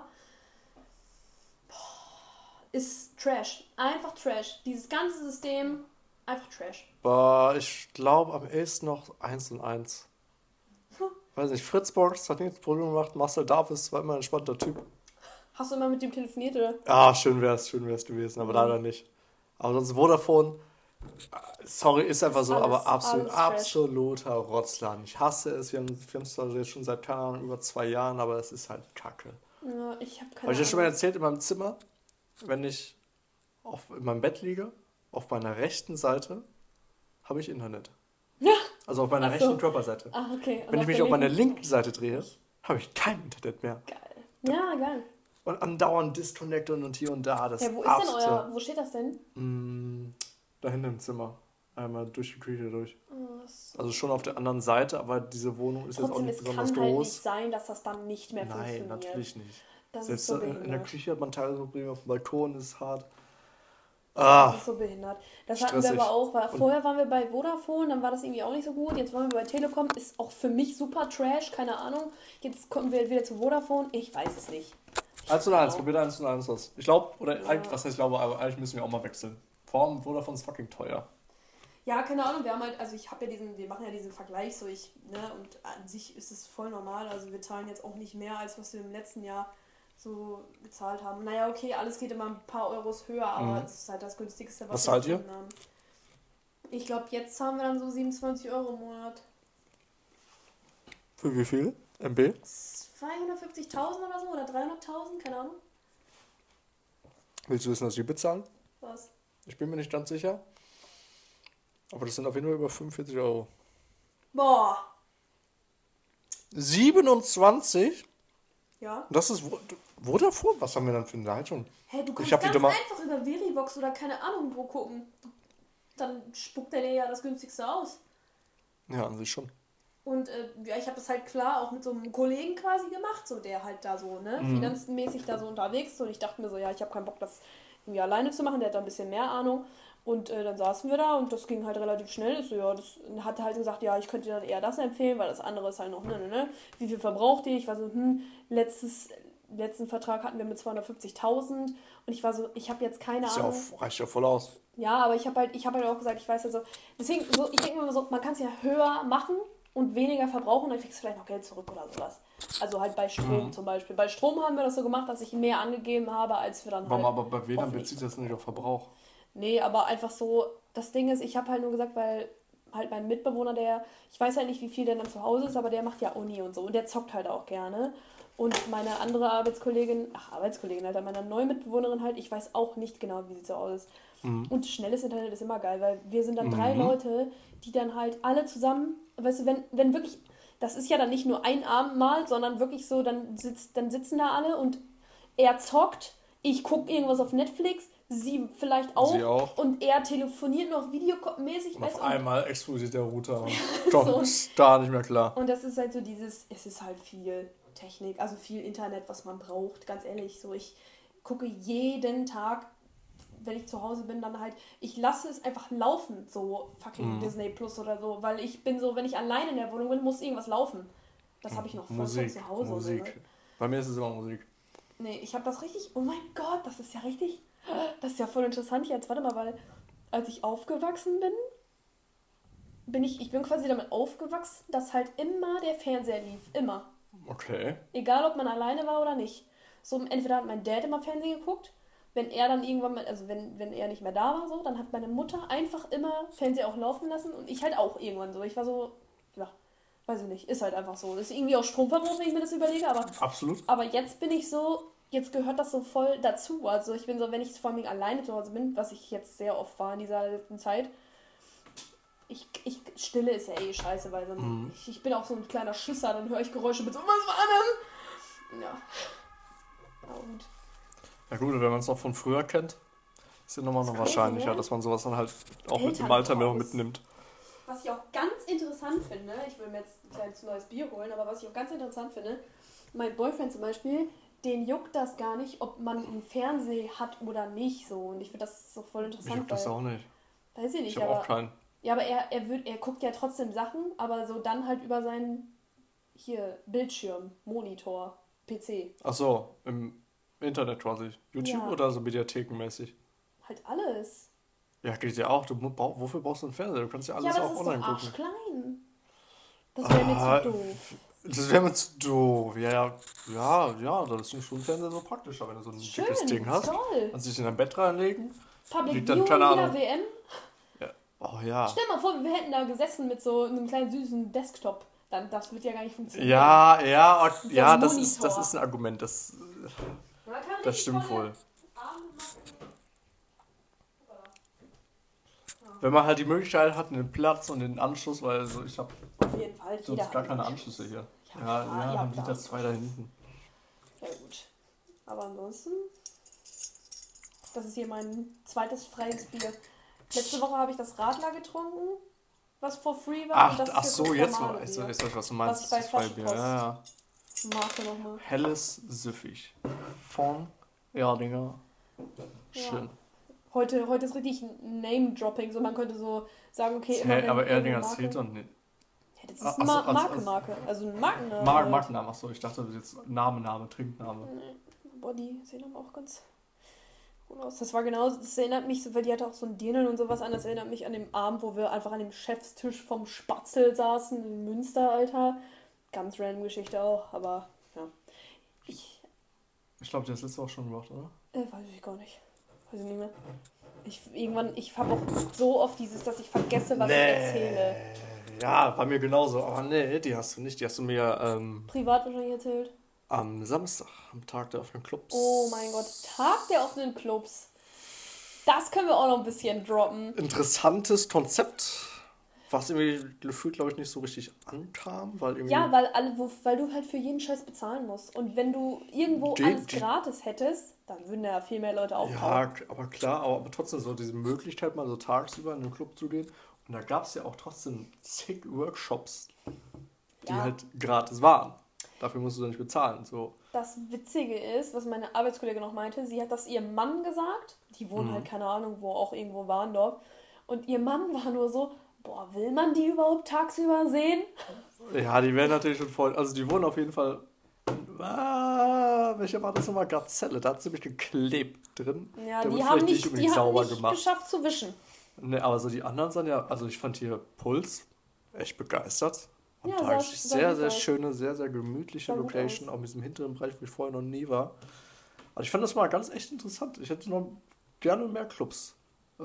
boah, ist Trash. Einfach Trash. Dieses ganze System, einfach Trash. Aber ich glaube am ehesten noch eins und eins. Hm. Weiß nicht, Fritzbox hat nichts Problem gemacht, Marcel Davis war immer ein entspannter Typ. Hast du immer mit dem telefoniert, oder? Ah, schön wär's, schön wär's gewesen, aber Mhm. leider nicht. Aber sonst Vodafone, sorry, ist einfach so, Alles- aber absolut, alles Trash. absoluter Rotzladen. Ich hasse es, wir haben wir haben es zwar jetzt schon seit, keine Ahnung, über zwei Jahren, aber es ist halt Kacke. Ja, ich habe keine Habe ich dir schon mal Ahnung. erzählt, in meinem Zimmer, wenn ich auf, in meinem Bett liege, auf meiner rechten Seite habe ich Internet. Ja. Also auf meiner Ach so. rechten Körperseite. Ah, okay. Und Wenn ich mich der auf meine linken? linke Seite drehe, habe ich kein Internet mehr. Geil. Ja, geil. Und andauernd Disconnect und hier und da. Das Ja, wo ist denn absolute- euer, wo steht das denn? Mm, da hinten im Zimmer. Einmal durch die Küche durch. Oh, so. Also schon auf der anderen Seite, aber diese Wohnung ist jetzt auch Trotzdem, nicht es besonders kann halt nicht groß. sein, dass das dann nicht mehr Nein, funktioniert. natürlich nicht. Das ist Selbst so in, in der behindert. Küche hat man teilweise Probleme, auf dem Balkon ist es hart. Das Ah, ist so behindert. Das hatten wir stressig. aber auch, weil Und- vorher waren wir bei Vodafone, dann war das irgendwie auch nicht so gut. Jetzt waren wir bei Telekom, ist auch für mich super Trash, keine Ahnung. Jetzt kommen wir wieder zu Vodafone, ich weiß es nicht. eins zu eins, probiert eins zu eins aus. Ich glaube, oder Ja. eigentlich, was heißt ich glaube, aber eigentlich müssen wir auch mal wechseln. Vor allem Vodafone ist fucking teuer. Ja, keine Ahnung, wir haben halt, also ich habe ja diesen, wir machen ja diesen Vergleich, so ich, ne, und an sich ist es voll normal, also wir zahlen jetzt auch nicht mehr, als was wir im letzten Jahr so gezahlt haben. Naja, okay, alles geht immer ein paar Euros höher, aber Mhm. es ist halt das günstigste, was, Was wir zahlt ihr? gefunden haben. Ich glaube, jetzt zahlen wir dann so siebenundzwanzig Euro im Monat. Für wie viel? M B? zweihundertfünfzigtausend oder so, oder dreihunderttausend, keine Ahnung. Willst du wissen, was die bezahlen? Was? Ich bin mir nicht ganz sicher. Aber das sind auf jeden Fall über fünfundvierzig Euro. Boah. siebenundzwanzig? Ja. Das ist Vo- Vodafone? Was haben wir dann für eine Leitung? Hey, du kannst hab die ganz Nummer- einfach über Verivox oder keine Ahnung wo gucken. Dann spuckt er dir ja das günstigste aus. Ja, an sich schon. Und äh, ja, ich habe das halt klar auch mit so einem Kollegen quasi gemacht, so der halt da so, ne, Mhm. finanzmäßig da so unterwegs ist. Und ich dachte mir so, ja, ich habe keinen Bock, das irgendwie alleine zu machen. Der hat da ein bisschen mehr Ahnung. Und äh, dann saßen wir da und das ging halt relativ schnell. Ich so, ja, das hat halt gesagt, ja, ich könnte dir dann eher das empfehlen, weil das andere ist halt noch, ne, ne, ne. Wie viel verbraucht ihr? Ich war so, hm, letztes, letzten Vertrag hatten wir mit zweihundertfünfzigtausend. Und ich war so, ich habe jetzt keine Das ist ja Ahnung. auch, reicht ja voll aus. Ja, aber ich habe halt, ich habe halt auch gesagt, ich weiß ja so, deswegen, so, ich denke mir immer so, man kann es ja höher machen und weniger verbrauchen, dann kriegst du vielleicht noch Geld zurück oder sowas. Also halt bei Strom Mhm. zum Beispiel. Bei Strom haben wir das so gemacht, dass ich mehr angegeben habe, als wir dann Warum halt... aber bei W L A N offen- bezieht das nicht auf Verbrauch? Nee, aber einfach so, das Ding ist, ich habe halt nur gesagt, weil halt mein Mitbewohner, der, ich weiß halt nicht, wie viel der dann zu Hause ist, aber der macht ja Uni und so und der zockt halt auch gerne. Und meine andere Arbeitskollegin, ach Arbeitskollegin, Alter, meine neue Mitbewohnerin halt, ich weiß auch nicht genau, wie sie so aus ist. Mhm. Und schnelles Internet ist immer geil, weil wir sind dann drei Mhm. Leute, die dann halt alle zusammen, weißt du, wenn, wenn wirklich, das ist ja dann nicht nur ein Abendmahl, sondern wirklich so, dann, sitzt, dann sitzen da alle und er zockt, ich gucke irgendwas auf Netflix, sie vielleicht auch, Sie auch. und er telefoniert noch videomäßig. Und weißt auf du, und, einmal explodiert der Router und John So. ist da nicht mehr klar. und das ist halt so dieses, es ist halt viel Technik, also viel Internet, was man braucht, ganz ehrlich, so ich gucke jeden Tag, wenn ich zu Hause bin, dann halt, ich lasse es einfach laufen, so fucking Mhm. Disney Plus oder so, weil ich bin so, wenn ich alleine in der Wohnung bin, muss irgendwas laufen. Das habe ich noch voll Musik, zu Hause. Musik. So, ne? Bei mir ist es immer Musik. Nee, ich habe das richtig, oh mein Gott, das ist ja richtig, das ist ja voll interessant jetzt, warte mal, weil als ich aufgewachsen bin, bin ich, ich bin quasi damit aufgewachsen, dass halt immer der Fernseher lief, immer. Okay. Egal, ob man alleine war oder nicht. So, entweder hat mein Dad immer Fernsehen geguckt, wenn er dann irgendwann mal, also wenn, wenn er nicht mehr da war, so, dann hat meine Mutter einfach immer Fernseher auch laufen lassen und ich halt auch irgendwann so. Ich war so, ja, weiß ich nicht, ist halt einfach so. Das ist irgendwie auch Stromverbrauch, wenn ich mir das überlege, aber, Absolut. aber jetzt bin ich so, jetzt gehört das so voll dazu. Also ich bin so, wenn ich vor allem alleine zu Hause bin, was ich jetzt sehr oft war in dieser letzten Zeit, Ich, ich, Stille ist ja eh scheiße, weil dann, Mhm. ich, ich bin auch so ein kleiner Schisser, dann höre ich Geräusche mit so, was war das? Ja. Aber gut. Ja gut, wenn man es noch von früher kennt, ist ja nochmal noch crazy, wahrscheinlicher, ne? dass man sowas dann halt auch mit dem Elternhaus. Alter mehr mitnimmt. Was ich auch ganz interessant finde, ich will mir jetzt ein kleines neues Bier holen, aber was ich auch ganz interessant finde, mein Boyfriend zum Beispiel, den juckt das gar nicht, ob man einen Fernseher hat oder nicht so. Und ich finde das so voll Ich interessant. hab das weil, auch nicht. weiß ich nicht, Ich habe aber, auch keinen. ja, aber er, er, wird, er guckt ja trotzdem Sachen, aber so dann halt über seinen hier Bildschirm, Monitor, P C. Ach so, im Internet quasi. YouTube Ja. oder so mediathekenmäßig? Halt alles. Ja, geht ja auch. Du, mu- brauch- wofür brauchst du einen Fernseher? Du kannst ja Ja, alles aber das auch ist online doch gucken. arschklein. Das wäre Ah, mir zu doof. Das wäre mir zu doof. Ja, ja, ja, ja, das ist ein Schulfernseher so praktischer, wenn du so ein Schön, dickes Ding hast. toll. Kannst dich in dein Bett reinlegen. Public liegt dann, Viewing keine wieder, Ahnung. W M. Ja. Oh ja. Stell mal vor, wir hätten da gesessen mit so einem kleinen süßen Desktop. Dann, das wird ja gar nicht funktionieren. Ja, ja, ok- Das ja, das ist, Monitor. das ist ein Argument. Das, Man kann das richtig stimmt tolle wohl. Abende machen. Wenn man halt die Möglichkeit hat, den Platz und den Anschluss, weil so, ich habe Auf jeden Fall. Jeder sonst hat gar einen keine Anschluss. Anschlüsse hier. Ja, Ja, klar, ja, ja, haben die klar. das zwei da hinten. Ja gut. Aber ansonsten, das ist hier mein zweites freies Bier. Letzte Woche habe ich das Radler getrunken, was for free war. Ach, und das ach ist so, das jetzt, normale weiß Bier. ich, weiß, was du Was meinst. ich bei Das Freibier. Flaschenpost- Ja, ja. Marke nochmal. Helles Süffig. Von Erdinger. Ja. Schön. Heute, heute ist richtig Name-Dropping. So, man könnte so sagen, okay, immer Hä, wenn aber irgendeine Erdinger Marke- zählt doch nicht. Ja, das ist Ah, eine ach so, Ma also- Marke, also- Marke. Also ein Markenname. Mar halt. Markenname, achso, ich dachte, das ist jetzt Name, Name, Trinkname. Nee, Body sehen aber auch ganz gut aus. Das war genau, das erinnert mich so, weil die hatte auch so ein Dirndl und sowas an. Das erinnert mich an den Abend, wo wir einfach an dem Chefstisch vom Spatzel saßen in Münster, Alter. Ganz random Geschichte auch, aber ja. Ich, Ich glaube, die hast du letzte Woche schon gemacht, oder? äh, weiß ich gar nicht. Weiß ich nicht mehr. Ich, irgendwann, ich habe auch so oft dieses, dass ich vergesse, was ich erzähle. Ja, bei mir genauso. Aber nee, die hast du nicht. Die hast du mir ähm, Privat wahrscheinlich erzählt. am Samstag, am Tag der offenen Clubs. Oh mein Gott, Tag der offenen Clubs. Das können wir auch noch ein bisschen droppen. Interessantes Konzept, was irgendwie gefühlt, glaube ich, nicht so richtig ankam, weil irgendwie... Ja, weil, alle, wo, weil du halt für jeden Scheiß bezahlen musst. Und wenn du irgendwo Die- alles die- gratis hättest, dann würden da viel mehr Leute Ja, auftauchen. k- aber klar, aber, aber trotzdem so diese Möglichkeit, mal so tagsüber in den Club zu gehen. Und da gab es ja auch trotzdem zig Workshops, die Ja. halt gratis waren. Dafür musst du dann nicht bezahlen. So. Das Witzige ist, was meine Arbeitskollegin noch meinte, sie hat das ihrem Mann gesagt. Die wohnen Mhm. halt, keine Ahnung, wo auch irgendwo waren dort. Und ihr Mann war nur so, boah, will man die überhaupt tagsüber sehen? Ja, die werden natürlich schon voll. Also die wohnen auf jeden Fall. Ah, welcher war das nochmal? Gazelle, da hat ziemlich geklebt drin. Ja, Der die wurde haben vielleicht nicht, die unbedingt haben sauber nicht gemacht. geschafft zu wischen. Ne, aber so die anderen sind ja, also ich fand hier Puls echt begeistert. Am Ja, Tag sah- ist sah sehr, gut sehr aus. schöne, sehr, sehr gemütliche Sah gut Location, aus. auch in diesem hinteren Bereich, wo ich vorher noch nie war. Also ich fand das mal ganz echt interessant. Ich hätte noch gerne mehr Clubs äh,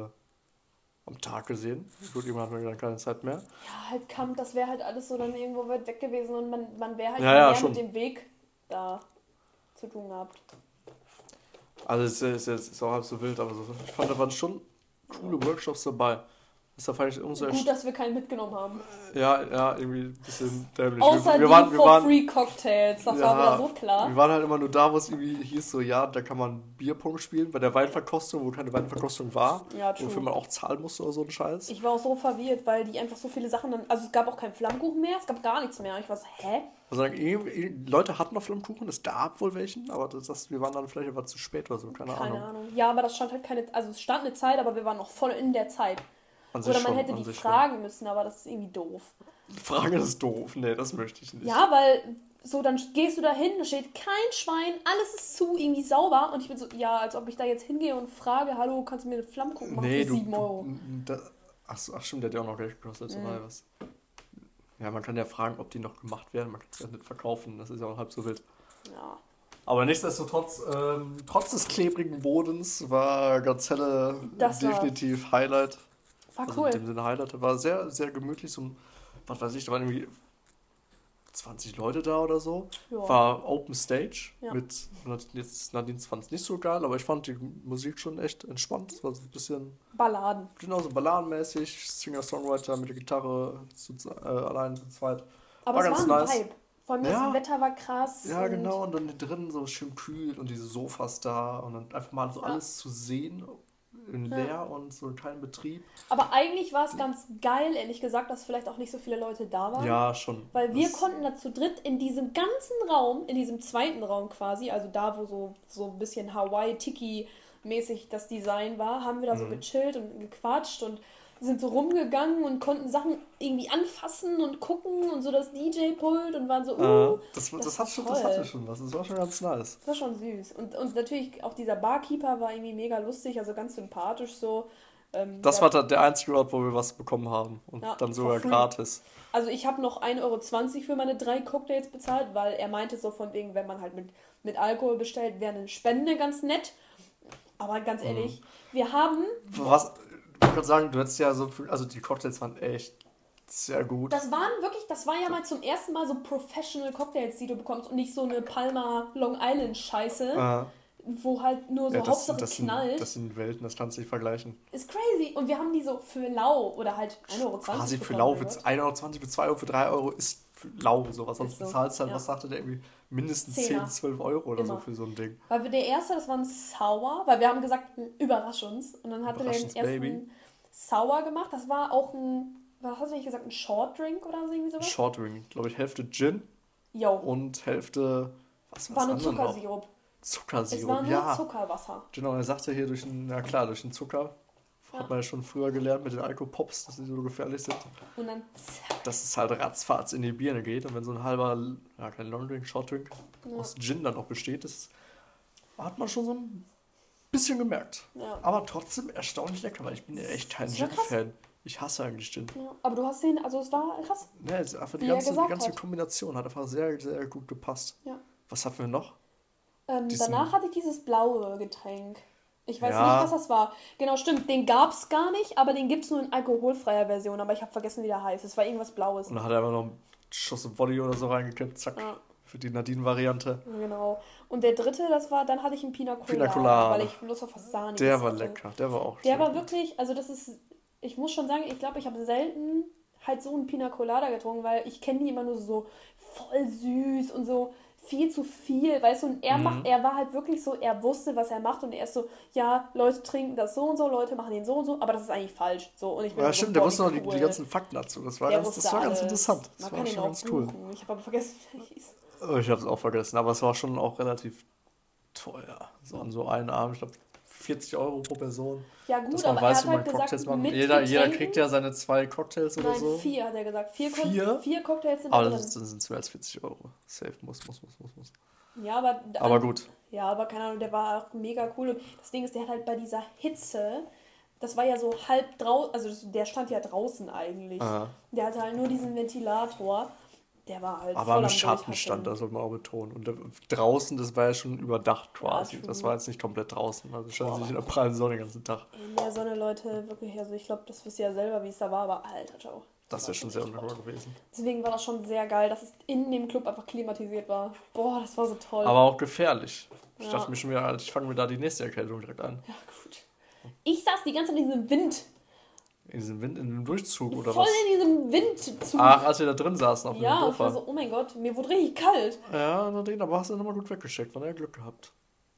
am Tag gesehen. Gut, irgendwann hatten wir dann keine Zeit mehr. Ja, halt Kamp, das wäre halt alles so dann irgendwo weit weg gewesen und man, man wäre halt Ja, ja, mehr schon. mit dem Weg da zu tun gehabt. Also es ist, es ist auch halb so wild, aber so, ich fand, da waren schon coole Workshops dabei. Das fand ich umso Gut, dass wir keinen mitgenommen haben. Ja, ja, irgendwie ein bisschen dämlich. Außer wir, wir die waren, wir for waren, free Cocktails, das war wieder so klar. Wir waren halt immer nur da, wo es irgendwie hieß, so ja, da kann man Bierpong spielen, bei der Weinverkostung, wo keine Weinverkostung war, Ja, true. wofür man auch zahlen musste oder so ein Scheiß. Ich war auch so verwirrt, weil die einfach so viele Sachen dann. Also es gab auch keinen Flammkuchen mehr, es gab gar nichts mehr. Ich war so, hä? Also irgendwie, Leute hatten noch Flammkuchen, es gab wohl welchen, aber das, das, wir waren dann vielleicht aber zu spät oder so, keine, Keine Ahnung. Ahnung. Ja, aber das stand halt keine. Also es stand eine Zeit, aber wir waren noch voll in der Zeit. An sich Oder man schon, hätte an die sich fragen müssen, aber das ist irgendwie doof. schon. Die Frage ist doof, nee, das möchte ich nicht. Ja, weil so, dann gehst du da hin, da steht kein Schwein, alles ist zu, irgendwie sauber. Und ich bin so, ja, als ob ich da jetzt hingehe und frage, hallo, kannst du mir eine Flammkuchen machen nee, für du, sieben Euro? du da, ach, so, ach stimmt, der hat ja auch noch Geld gekostet, so Mhm. war was. Ja, man kann ja fragen, ob die noch gemacht werden, man kann es ja nicht verkaufen, das ist ja auch halb so wild. Ja. Aber nichtsdestotrotz, ähm, trotz des klebrigen Bodens war Gazelle Das war- definitiv Highlight. War Also cool. in dem Sinne Highlight. War sehr, sehr gemütlich. So, ein- was weiß ich, da waren irgendwie zwanzig Leute da oder so. Ja. War Open Stage. Ja. Mit, jetzt Nadine fand es nicht so geil, aber ich fand die Musik schon echt entspannt. Es war so ein bisschen, Balladen. genauso balladenmäßig, Singer-Songwriter mit der Gitarre, zu, äh, allein zu zweit. Aber War es ganz war ein nice. Vibe. Vor allem Ja. das Wetter war krass. Ja, und genau, und dann drinnen so schön kühl und diese Sofas da und dann einfach mal so Ja. alles zu sehen, in Ja. leer und so einen kleinen Betrieb. Aber eigentlich war es ganz geil, ehrlich gesagt, dass vielleicht auch nicht so viele Leute da waren. Ja, schon. Weil wir Das- konnten da zu dritt in diesem ganzen Raum, in diesem zweiten Raum quasi, also da, wo so, so ein bisschen Hawaii-Tiki-mäßig das Design war, haben wir da so Mhm. gechillt und gequatscht und sind so rumgegangen und konnten Sachen irgendwie anfassen und gucken und so das D J-Pult und waren so, uh, Äh, das, das, das hat war schon, das toll. hatte schon was. Das war schon ganz nice. das war schon süß. Und, und natürlich auch dieser Barkeeper war irgendwie mega lustig, also ganz sympathisch so. Ähm, Das der- war dann der einzige Ort, wo wir was bekommen haben. Und Ja, dann for sogar free. gratis. Also ich habe noch ein Euro zwanzig für meine drei Cocktails bezahlt, weil er meinte so von wegen, wenn man halt mit, mit Alkohol bestellt, wäre eine Spende ganz nett. Aber ganz Mhm. ehrlich, wir haben, Was, ich wollte gerade sagen, du hättest ja so viel, also die Cocktails waren echt sehr gut. das waren wirklich, das war ja mal zum ersten Mal so Professional Cocktails, die du bekommst und nicht so eine Palma Long Island Scheiße, Äh, wo halt nur so ja, das, Hauptsache das, sind, knallt. das sind Welten, das kannst du nicht vergleichen. Ist crazy. Und wir haben die so für lau oder halt ein Euro zwanzig Quasi für bekommen, lau, oder für was? ein Euro zwanzig, für zwei Euro, für drei Euro ist für lau sowas. Sonst Ist so, bezahlst du halt, ja. was sagte der, irgendwie mindestens Zehner. zehn, zwölf Euro oder so Immer. für so ein Ding. Weil wir der erste, das war ein Sour, weil wir haben gesagt, überrasch uns. Und dann hatte der den Überrasch uns, ersten Baby. Sour gemacht. Das war auch ein, was hast du nicht gesagt, ein Short Drink oder so irgendwie sowas? Short Drink, glaube ich, Hälfte Gin Jo, und Hälfte, was war war nur das andere noch? Zuckersirup. Es Zuckersirup, war nur ja. Zuckerwasser. Genau, er sagte hier durch den, na klar, durch den Zucker. Ja. Hat man ja schon früher gelernt mit den Alkopops, dass die so gefährlich sind. Und dann zack. Dass es halt ratzfatz in die Birne geht. Und wenn so ein halber, ja, kein Longdrink, Shortdrink Ja. aus Gin dann auch besteht, das hat man schon so ein bisschen gemerkt. Ja. Aber trotzdem erstaunlich lecker, weil ich bin ja echt kein Das war krass. Gin-Fan. Ich hasse eigentlich Gin. Ja. Aber du hast den, also es war krass. Ne, es ist einfach die Wie er ganze, die gesagt ganze hat. Kombination hat einfach sehr, sehr gut gepasst. Ja. Was hatten wir noch? Ähm, Diesen- danach hatte ich dieses blaue Getränk. Ich weiß Ja. nicht, was das war. Genau, stimmt. Den gab's gar nicht, aber den gibt's nur in alkoholfreier Version. Aber ich habe vergessen, wie der heißt. Es war irgendwas Blaues. Und dann hat er einfach noch einen Schuss Body oder so reingekippt, zack, Ja. für die Nadine-Variante. Genau. Und der dritte, das war, dann hatte ich einen Pina Colada, Pina Colada. weil ich Lust auf was Sahniges Der war hatte. lecker, der war auch Der sehr war gut. wirklich, also das ist, ich muss schon sagen, ich glaube, ich habe selten halt so einen Pina Colada getrunken, weil ich kenne die immer nur so voll süß und so viel zu viel, weißt du, und er Mhm. macht, er war halt wirklich so, er wusste, was er macht und er ist so, ja, Leute trinken das so und so, Leute machen den so und so, aber das ist eigentlich falsch, so, und ich bin Ja, so, stimmt, der boah, wusste noch wie die, cool. die ganzen Fakten dazu. Das war, Der ganz, das wusste war ganz alles. interessant. Das Man war kann ihn schon auch ganz cool. buchen. Ich habe aber vergessen, wie er hieß. Oh, ich habe es auch vergessen, aber es war schon auch relativ teuer. So an so einen Abend, ich glaube vierzig Euro pro Person. Ja gut, Dass man aber weiß, er wie hat man halt gesagt, Cocktails macht. mit Jeder, jeder Getränken- kriegt ja seine zwei Cocktails oder Nein, so. vier hat er gesagt. Vier, Co- Vier? vier Cocktails sind Aber da das, drin. das sind mehr als vierzig Euro. Safe, muss, muss, muss, muss, muss. Ja, aber, Aber gut. Ja, aber keine Ahnung, der war auch mega cool. Und das Ding ist, der hat halt bei dieser Hitze, das war ja so halb draußen, also das, der stand ja draußen eigentlich. Aha. Der hatte halt nur diesen Ventilator. Der war halt Aber voll im am Schatten Durchhasseln. stand, das sollte man auch betonen. Und der, draußen, das war ja schon überdacht quasi. true. Das war jetzt nicht komplett draußen. Also stand Boah. sich in der prallen Sonne den ganzen Tag. In der Sonne, Leute, wirklich, also ich glaube, das wisst ihr ja selber, wie es da war, aber alter, ciao. Das wäre schon sehr unangenehm gewesen. Deswegen war das schon sehr geil, dass es in dem Club einfach klimatisiert war. Boah, das war so toll. Aber auch gefährlich. Ich Ja. dachte mir schon wieder, Alter, ich fange mir da die nächste Erkältung direkt an. ja, gut. Ich saß die ganze Zeit in diesem Wind. In diesem Wind, in dem Durchzug oder voll was? in diesem Windzug. Ach, als wir da drin saßen auf dem ja, und ich war Sofa. so, oh mein Gott, mir wurde richtig kalt. Ja, Nadine, aber hast du nochmal gut weggesteckt. War ja Glück gehabt.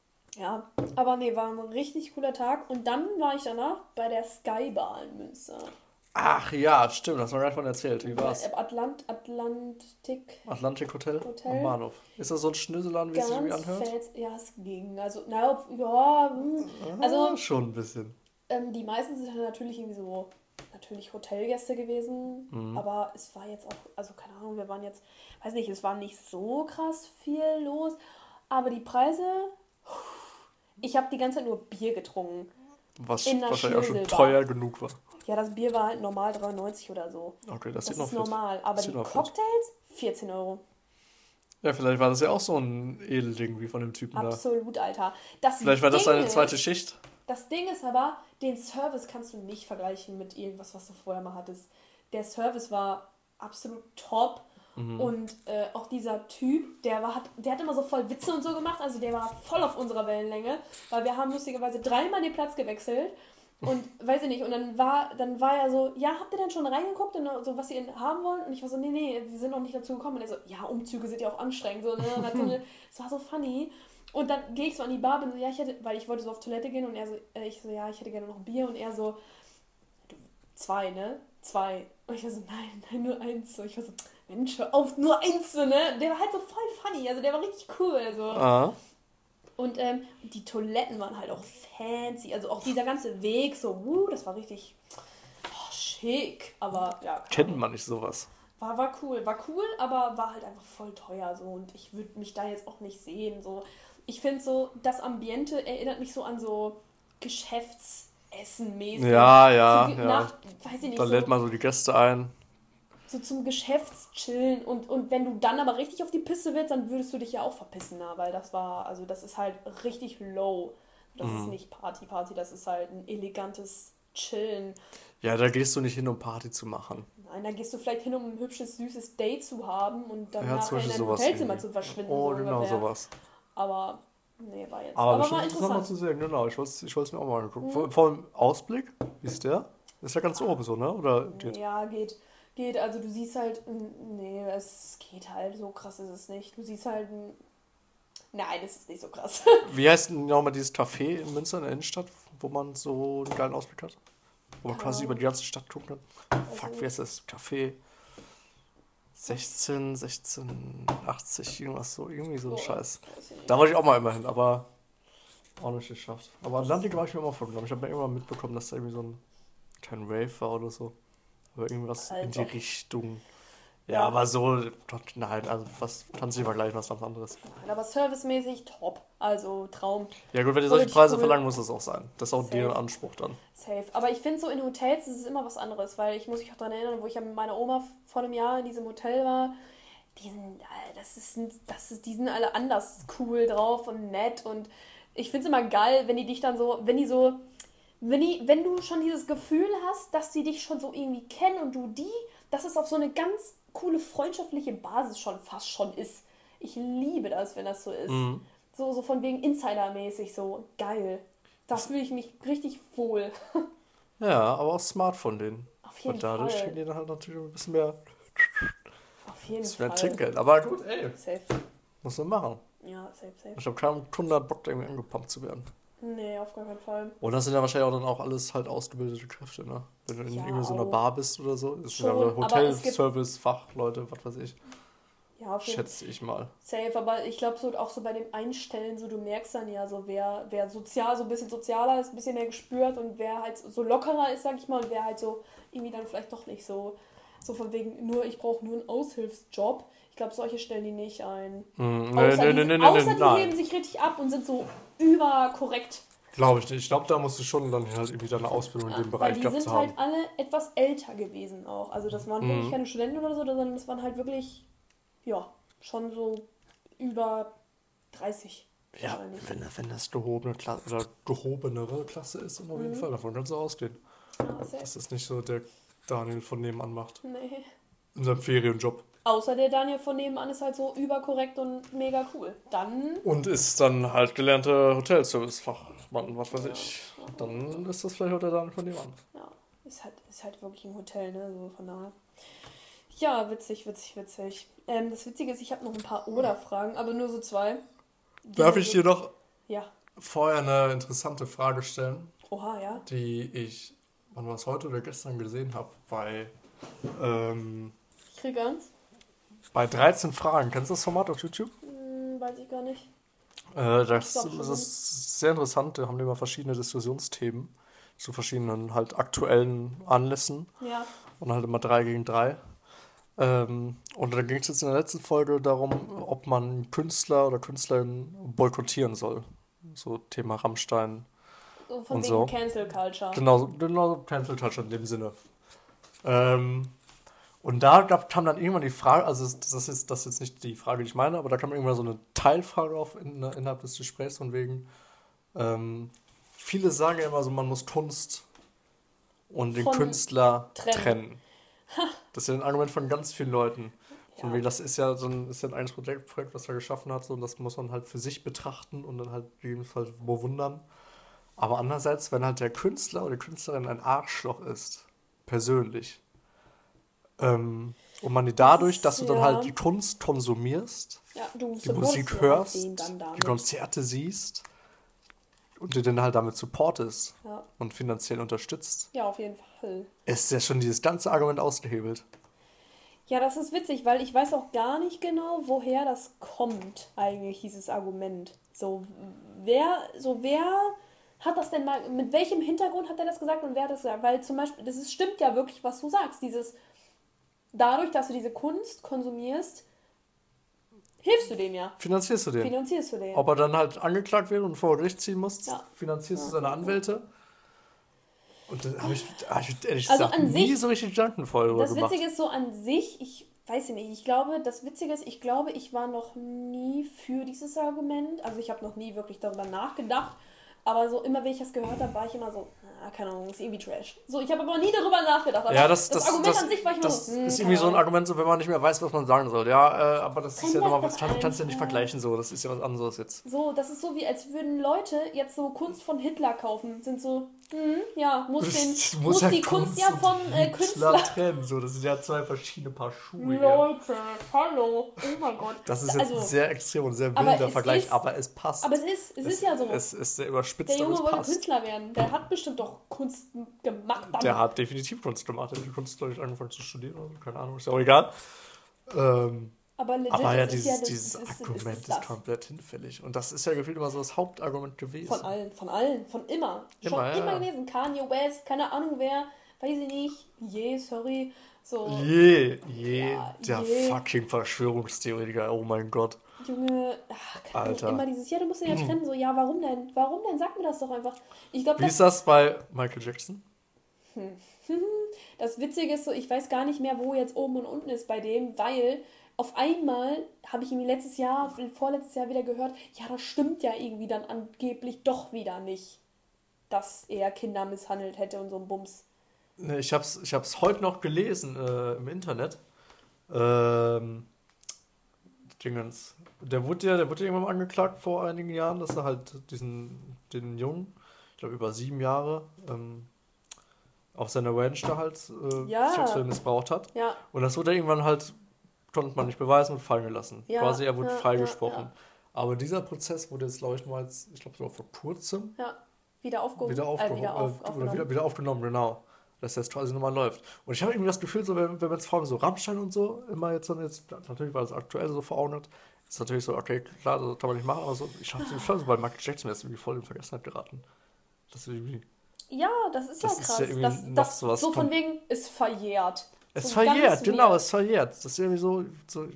Ja, aber nee, war ein richtig cooler Tag. Und dann war ich danach bei der Skybar in Münster. Ach ja, stimmt, hast du noch gar nicht von erzählt. Wie war's? Äh, Atlant Atlantik. Atlantik Hotel, Hotel. am Bahnhof. Ist das so ein Schnüsselladen, wie es sich irgendwie Ganz anhört? fett. Ja, es ging. Also, na, ja, hm. also Ah, schon ein bisschen. ähm, die meisten sind halt natürlich irgendwie so, natürlich Hotelgäste gewesen. Mhm. Aber es war jetzt auch, also keine Ahnung, wir waren jetzt, weiß nicht, es war nicht so krass viel los. Aber die Preise, ich habe die ganze Zeit nur Bier getrunken. Was in der wahrscheinlich auch schon Schnöselbar. teuer genug war. Ja, das Bier war halt normal drei neunzig oder so. Okay, das, Das sieht noch ist fit. normal. Aber Das die sieht noch fit. Cocktails, vierzehn Euro. Ja, vielleicht war das ja auch so ein Edelding wie von dem Typen da. Absolut, Alter. Das Vielleicht war das Ding seine zweite ist, Schicht. Das Ding ist aber, den Service kannst du nicht vergleichen mit irgendwas, was du vorher mal hattest. Der Service war absolut top Mhm. Und äh, auch dieser Typ, der war, hat, der hat immer so voll Witze und so gemacht, also der war voll auf unserer Wellenlänge, weil wir haben lustigerweise dreimal den Platz gewechselt und weiß ich nicht, und dann war, dann war er so, ja, habt ihr denn schon reingeguckt und so, was ihr haben wollt? Und ich war so, nee, nee, wir sind noch nicht dazu gekommen. Und er so, ja, Umzüge sind ja auch anstrengend, so, ne? Und hat so eine, es war so funny. Und dann gehe ich so an die Bar, bin so, ja, ich hätte, weil ich wollte so auf Toilette gehen und er so, äh, ich so, ja, ich hätte gerne noch ein Bier und er so, du, zwei, ne? Zwei. Und ich war so, nein, nein, nur eins. So, ich war so, Mensch, hör auf, nur eins, so, ne? Der war halt so voll funny, also der war richtig cool, also. Ah. Und ähm, die Toiletten waren halt auch fancy, also auch dieser ganze Weg, so, uh, das war richtig oh, schick, aber ja. Kennt man nicht sowas. War, war cool, war cool, aber war halt einfach voll teuer, so, und ich würde mich da jetzt auch nicht sehen, so. Ich finde so, das Ambiente erinnert mich so an so Geschäftsessen mäßig. Ja, ja, so, ja. Nach, weiß ich nicht, da so, lädt man so die Gäste ein. So zum Geschäftschillen und, und wenn du dann aber richtig auf die Piste willst, dann würdest du dich ja auch verpissen, na, weil das war, also das ist halt richtig low. Das mhm. ist nicht Party, Party, das ist halt ein elegantes Chillen. Ja, da gehst du nicht hin, um Party zu machen. Nein, da gehst du vielleicht hin, um ein hübsches, süßes Date zu haben und dann ja, nachher in ein Hotelzimmer irgendwie. Zu verschwinden. Oh, so genau, ungefähr. Sowas. Aber, nee, war jetzt. Aber, aber war interessant mal zu sehen, genau. Ich wollte es mir auch mal angucken. Mhm. Vor, vor dem Ausblick, wie ist der? Ist ja ganz oben so, ne? Oder geht? Ja, geht. Geht, also du siehst halt, nee, es geht halt, so krass ist es nicht. Du siehst halt, nein, es ist nicht so krass. Wie heißt denn nochmal dieses Café in Münster in der Innenstadt, wo man so einen geilen Ausblick hat? Wo man ja. quasi über die ganze Stadt gucken kann? Also fuck, wie heißt das? Café sechzehn, sechzehn, achtzig, irgendwas so, irgendwie so ein oh, Scheiß. Da wollte ich auch mal immer hin, aber auch nicht geschafft. Aber Atlantik habe ich mir immer vorgenommen. Ich habe mir irgendwann mitbekommen, dass da irgendwie so ein kein Rave war oder so. Aber irgendwas also. in die Richtung. Ja, ja, aber so, nein, also was kannst du nicht vergleichen, was ganz anderes. Nein, aber servicemäßig top, also Traum. Ja gut, wenn die solche Preise cool. verlangen, muss das auch sein. Das ist auch deren Anspruch dann. Safe, aber ich finde so in Hotels ist es immer was anderes, weil ich muss mich auch daran erinnern, wo ich ja mit meiner Oma vor einem Jahr in diesem Hotel war, die sind, das ist, das ist, die sind alle anders cool drauf und nett und ich finde es immer geil, wenn die dich dann so, wenn die so... Wenn, die, wenn du schon dieses Gefühl hast, dass sie dich schon so irgendwie kennen und du die, dass es auf so eine ganz coole freundschaftliche Basis schon fast schon ist. Ich liebe das, wenn das so ist. Mhm. So, so von wegen Insider-mäßig, so geil. Da fühle ich mich richtig wohl. Ja, aber auch smart von denen. Auf jeden und dadurch Fall. kriegen die dann halt natürlich ein bisschen mehr, auf jeden bisschen mehr Fall. Trinkgeld. Aber gut, ey. Safe. Muss man machen. Ja, safe, safe. Ich habe keinen Kunde hat Bock, da irgendwie angepumpt zu werden. Nee, auf gar keinen Fall. Und das sind ja wahrscheinlich auch dann auch alles halt ausgebildete Kräfte, ne? Wenn du in ja, irgendwie so einer Bar bist oder so. Ist schon, ja Hotel, Service, Fachleute, was weiß ich. Ja, auf jeden schätze ich mal. Safe, aber ich glaube so auch so bei dem Einstellen, so du merkst dann ja so, wer, wer sozial, so ein bisschen sozialer ist, ein bisschen mehr gespürt und wer halt so lockerer ist, sag ich mal, und wer halt so irgendwie dann vielleicht doch nicht so, so von wegen, nur ich brauche nur einen Aushilfsjob. Ich glaube, solche stellen die nicht ein. Mm, außer nee, die, nee, nee, nee, außer nee, die nein. heben sich richtig ab und sind so überkorrekt. Glaube ich nicht. Ich glaube, da musst du schon dann halt irgendwie deine Ausbildung in dem Bereich gehabt haben. Die sind halt alle etwas älter gewesen auch. Also das waren mm. wirklich keine Studenten oder so, sondern das waren halt wirklich, ja, schon so über dreißig. Ja, wenn, wenn das gehobene Klasse oder gehobenere Klasse ist, dann auf jeden mhm. Fall. Davon kannst du ausgehen. Ja, dass das nicht so der Daniel von nebenan macht. Nee. In seinem Ferienjob. Außer der Daniel von nebenan ist halt so überkorrekt und mega cool. Dann... Und ist dann halt gelernter Hotelservice-Fachmann, was weiß ja, ich. Ja. Dann ist das vielleicht auch der Daniel von nebenan. Ja, ist halt, ist halt wirklich im Hotel, ne, so von daher. Ja, witzig, witzig, witzig. Ähm, das Witzige ist, ich habe noch ein paar Oder-Fragen, aber nur so zwei. Darf ich dir noch ja. vorher eine interessante Frage stellen? Oha, ja. Die ich, wann war es heute oder gestern gesehen habe, bei... Ähm, ich krieg Angst. Bei dreizehn Fragen. Kennst du das Format auf YouTube? Hm, weiß ich gar nicht. Äh, das, das ist sehr interessant. Da haben die immer verschiedene Diskussionsthemen zu verschiedenen halt aktuellen Anlässen. Ja. Und halt immer drei gegen drei. Ähm, und da ging es jetzt in der letzten Folge darum, ob man Künstler oder Künstlerin boykottieren soll. So Thema Rammstein. So von und wegen so. Cancel Culture. Genau, genau Cancel Culture in dem Sinne. Ähm, und da gab, kam dann irgendwann die Frage, also das ist, das ist jetzt nicht die Frage, die ich meine, aber da kam irgendwann so eine Teilfrage auf in, innerhalb des Gesprächs von wegen, ähm, viele sagen ja immer so, man muss Kunst und den von Künstler trennen. trennen. Das ist ja ein Argument von ganz vielen Leuten. Von wegen, das ist ja so ein, ist ja ein eigenes Projekt, Projekt, was er geschaffen hat, so, und das muss man halt für sich betrachten und dann halt jedenfalls bewundern. Aber andererseits, wenn halt der Künstler oder die Künstlerin ein Arschloch ist, persönlich, ähm, und man dadurch, dass du dann Ja. halt die Kunst konsumierst, Ja, du die supportest Musik ja hörst, den dann die damit. Konzerte siehst und du den halt damit supportest Ja. und finanziell unterstützt, Ja, auf jeden Fall. ist ja schon dieses ganze Argument ausgehebelt. Ja, das ist witzig, weil ich weiß auch gar nicht genau, woher das kommt, eigentlich, dieses Argument. So, wer, so, wer hat das denn mal, mit welchem Hintergrund hat er das gesagt und wer hat das gesagt? Weil zum Beispiel, das ist, stimmt ja wirklich, was du sagst, dieses, dadurch, dass du diese Kunst konsumierst, hilfst du dem ja. Finanzierst du den? Finanzierst du den. Ob er dann halt angeklagt wird und vor Gericht ziehen muss, Ja. finanzierst Ja. du seine Anwälte. Und da habe ich, hab ich ehrlich Also gesagt an nie sich- so richtig Gedanken vorher drüber Das gemacht. Witzige ist so an sich, ich weiß nicht, ich glaube, das Witzige ist, ich glaube, ich war noch nie für dieses Argument. Also ich habe noch nie wirklich darüber nachgedacht. Aber so immer, wenn ich das gehört habe, war ich immer so, ah, keine Ahnung, ist irgendwie Trash. So, ich habe aber nie darüber nachgedacht. Aber Ja, das, das, Argument das, an sich war ich immer das so, hm, ist keine irgendwie so ein Ahnung. Argument, so wenn man nicht mehr weiß, was man sagen soll. Ja, äh, aber das ist ja Kann nochmal, das das doch kann, kannst du ja nicht einfach. vergleichen so. Das ist ja was anderes jetzt. So, das ist so wie, als würden Leute jetzt so Kunst von Hitler kaufen. Sind so, hm, ja, muss, den, Du muss musst die ja Kunst ja und vom äh, Künstler. trennen. So, das sind ja zwei verschiedene Paar Schuhe. Ja. Leute, hallo, oh mein Gott. Das ist jetzt Also, ein sehr extrem und sehr aber wilder es Vergleich, ist- aber es passt. aber es ist, es ist ja so. Es ist sehr überspitzt, Der Junge aber es wollte passt. Künstler werden. Der hat bestimmt doch Kunst gemacht. Dann. Der hat definitiv Kunst gemacht. Der hat die Kunst, glaube ich, angefangen zu studieren. Oder so. Keine Ahnung, ist ja auch egal. Ähm, aber legit, aber ja, es ist dieses, ja das, dieses es ist, Argument es ist, ist, das. komplett hinfällig. Und das ist ja gefühlt immer so das Hauptargument gewesen. Von allen, von allen, von immer. Schon Immer, immer, ja. gewesen. Kanye West, keine Ahnung wer, weiß ich nicht. Je, sorry. So, Je, je, Ja, der je. fucking Verschwörungstheoretiker, oh mein Gott. Junge, ach, keine Ahnung, Alter. immer dieses, ja, du musst den ja trennen. So, ja, warum denn? Warum denn? Sag mir das doch einfach. Ich glaube, Wie das, ist das bei Michael Jackson? das Witzige ist so, ich weiß gar nicht mehr, wo jetzt oben und unten ist bei dem, weil auf einmal habe ich irgendwie letztes Jahr, vorletztes Jahr wieder gehört, ja, das stimmt ja irgendwie dann angeblich doch wieder nicht, dass er Kinder misshandelt hätte und so ein Bums. Ne, Ich hab's, ich hab's heute noch gelesen äh, im Internet. Ähm, Dingens. Der wurde ja, der wurde irgendwann mal angeklagt vor einigen Jahren, dass er halt diesen, den Jungen, ich glaube über sieben Jahre, ähm, auf seiner Ranch da halt äh, Ja. sexuell missbraucht hat. Ja, Und das wurde irgendwann halt, konnte man nicht beweisen und fallen gelassen. Ja, Quasi, er wurde ja, freigesprochen. ja, Aber dieser Prozess wurde jetzt, glaube ich, mal, jetzt, ich glaube sogar vor kurzem, ja, wieder aufgehoben. wieder, aufgehoben, Äh, wieder auf, äh, oder aufgenommen. wieder, wieder aufgenommen, genau. Dass das quasi nochmal läuft. Und ich habe irgendwie das Gefühl, so, wenn, wenn man jetzt vor allem so Rammstein und so immer jetzt, dann jetzt natürlich, weil es aktuell so vor Augen hat, ist natürlich so, okay, klar, das kann man nicht machen, aber so, ich habe schon so bei Michael Jackson jetzt irgendwie voll in Vergessenheit geraten. Das ist irgendwie, Ja, das ist Das ja ist krass. ja irgendwie das, noch das, sowas so von von- wegen ist verjährt. es So verjährt, ganz genau, weird. es verjährt. Das ist irgendwie so, so,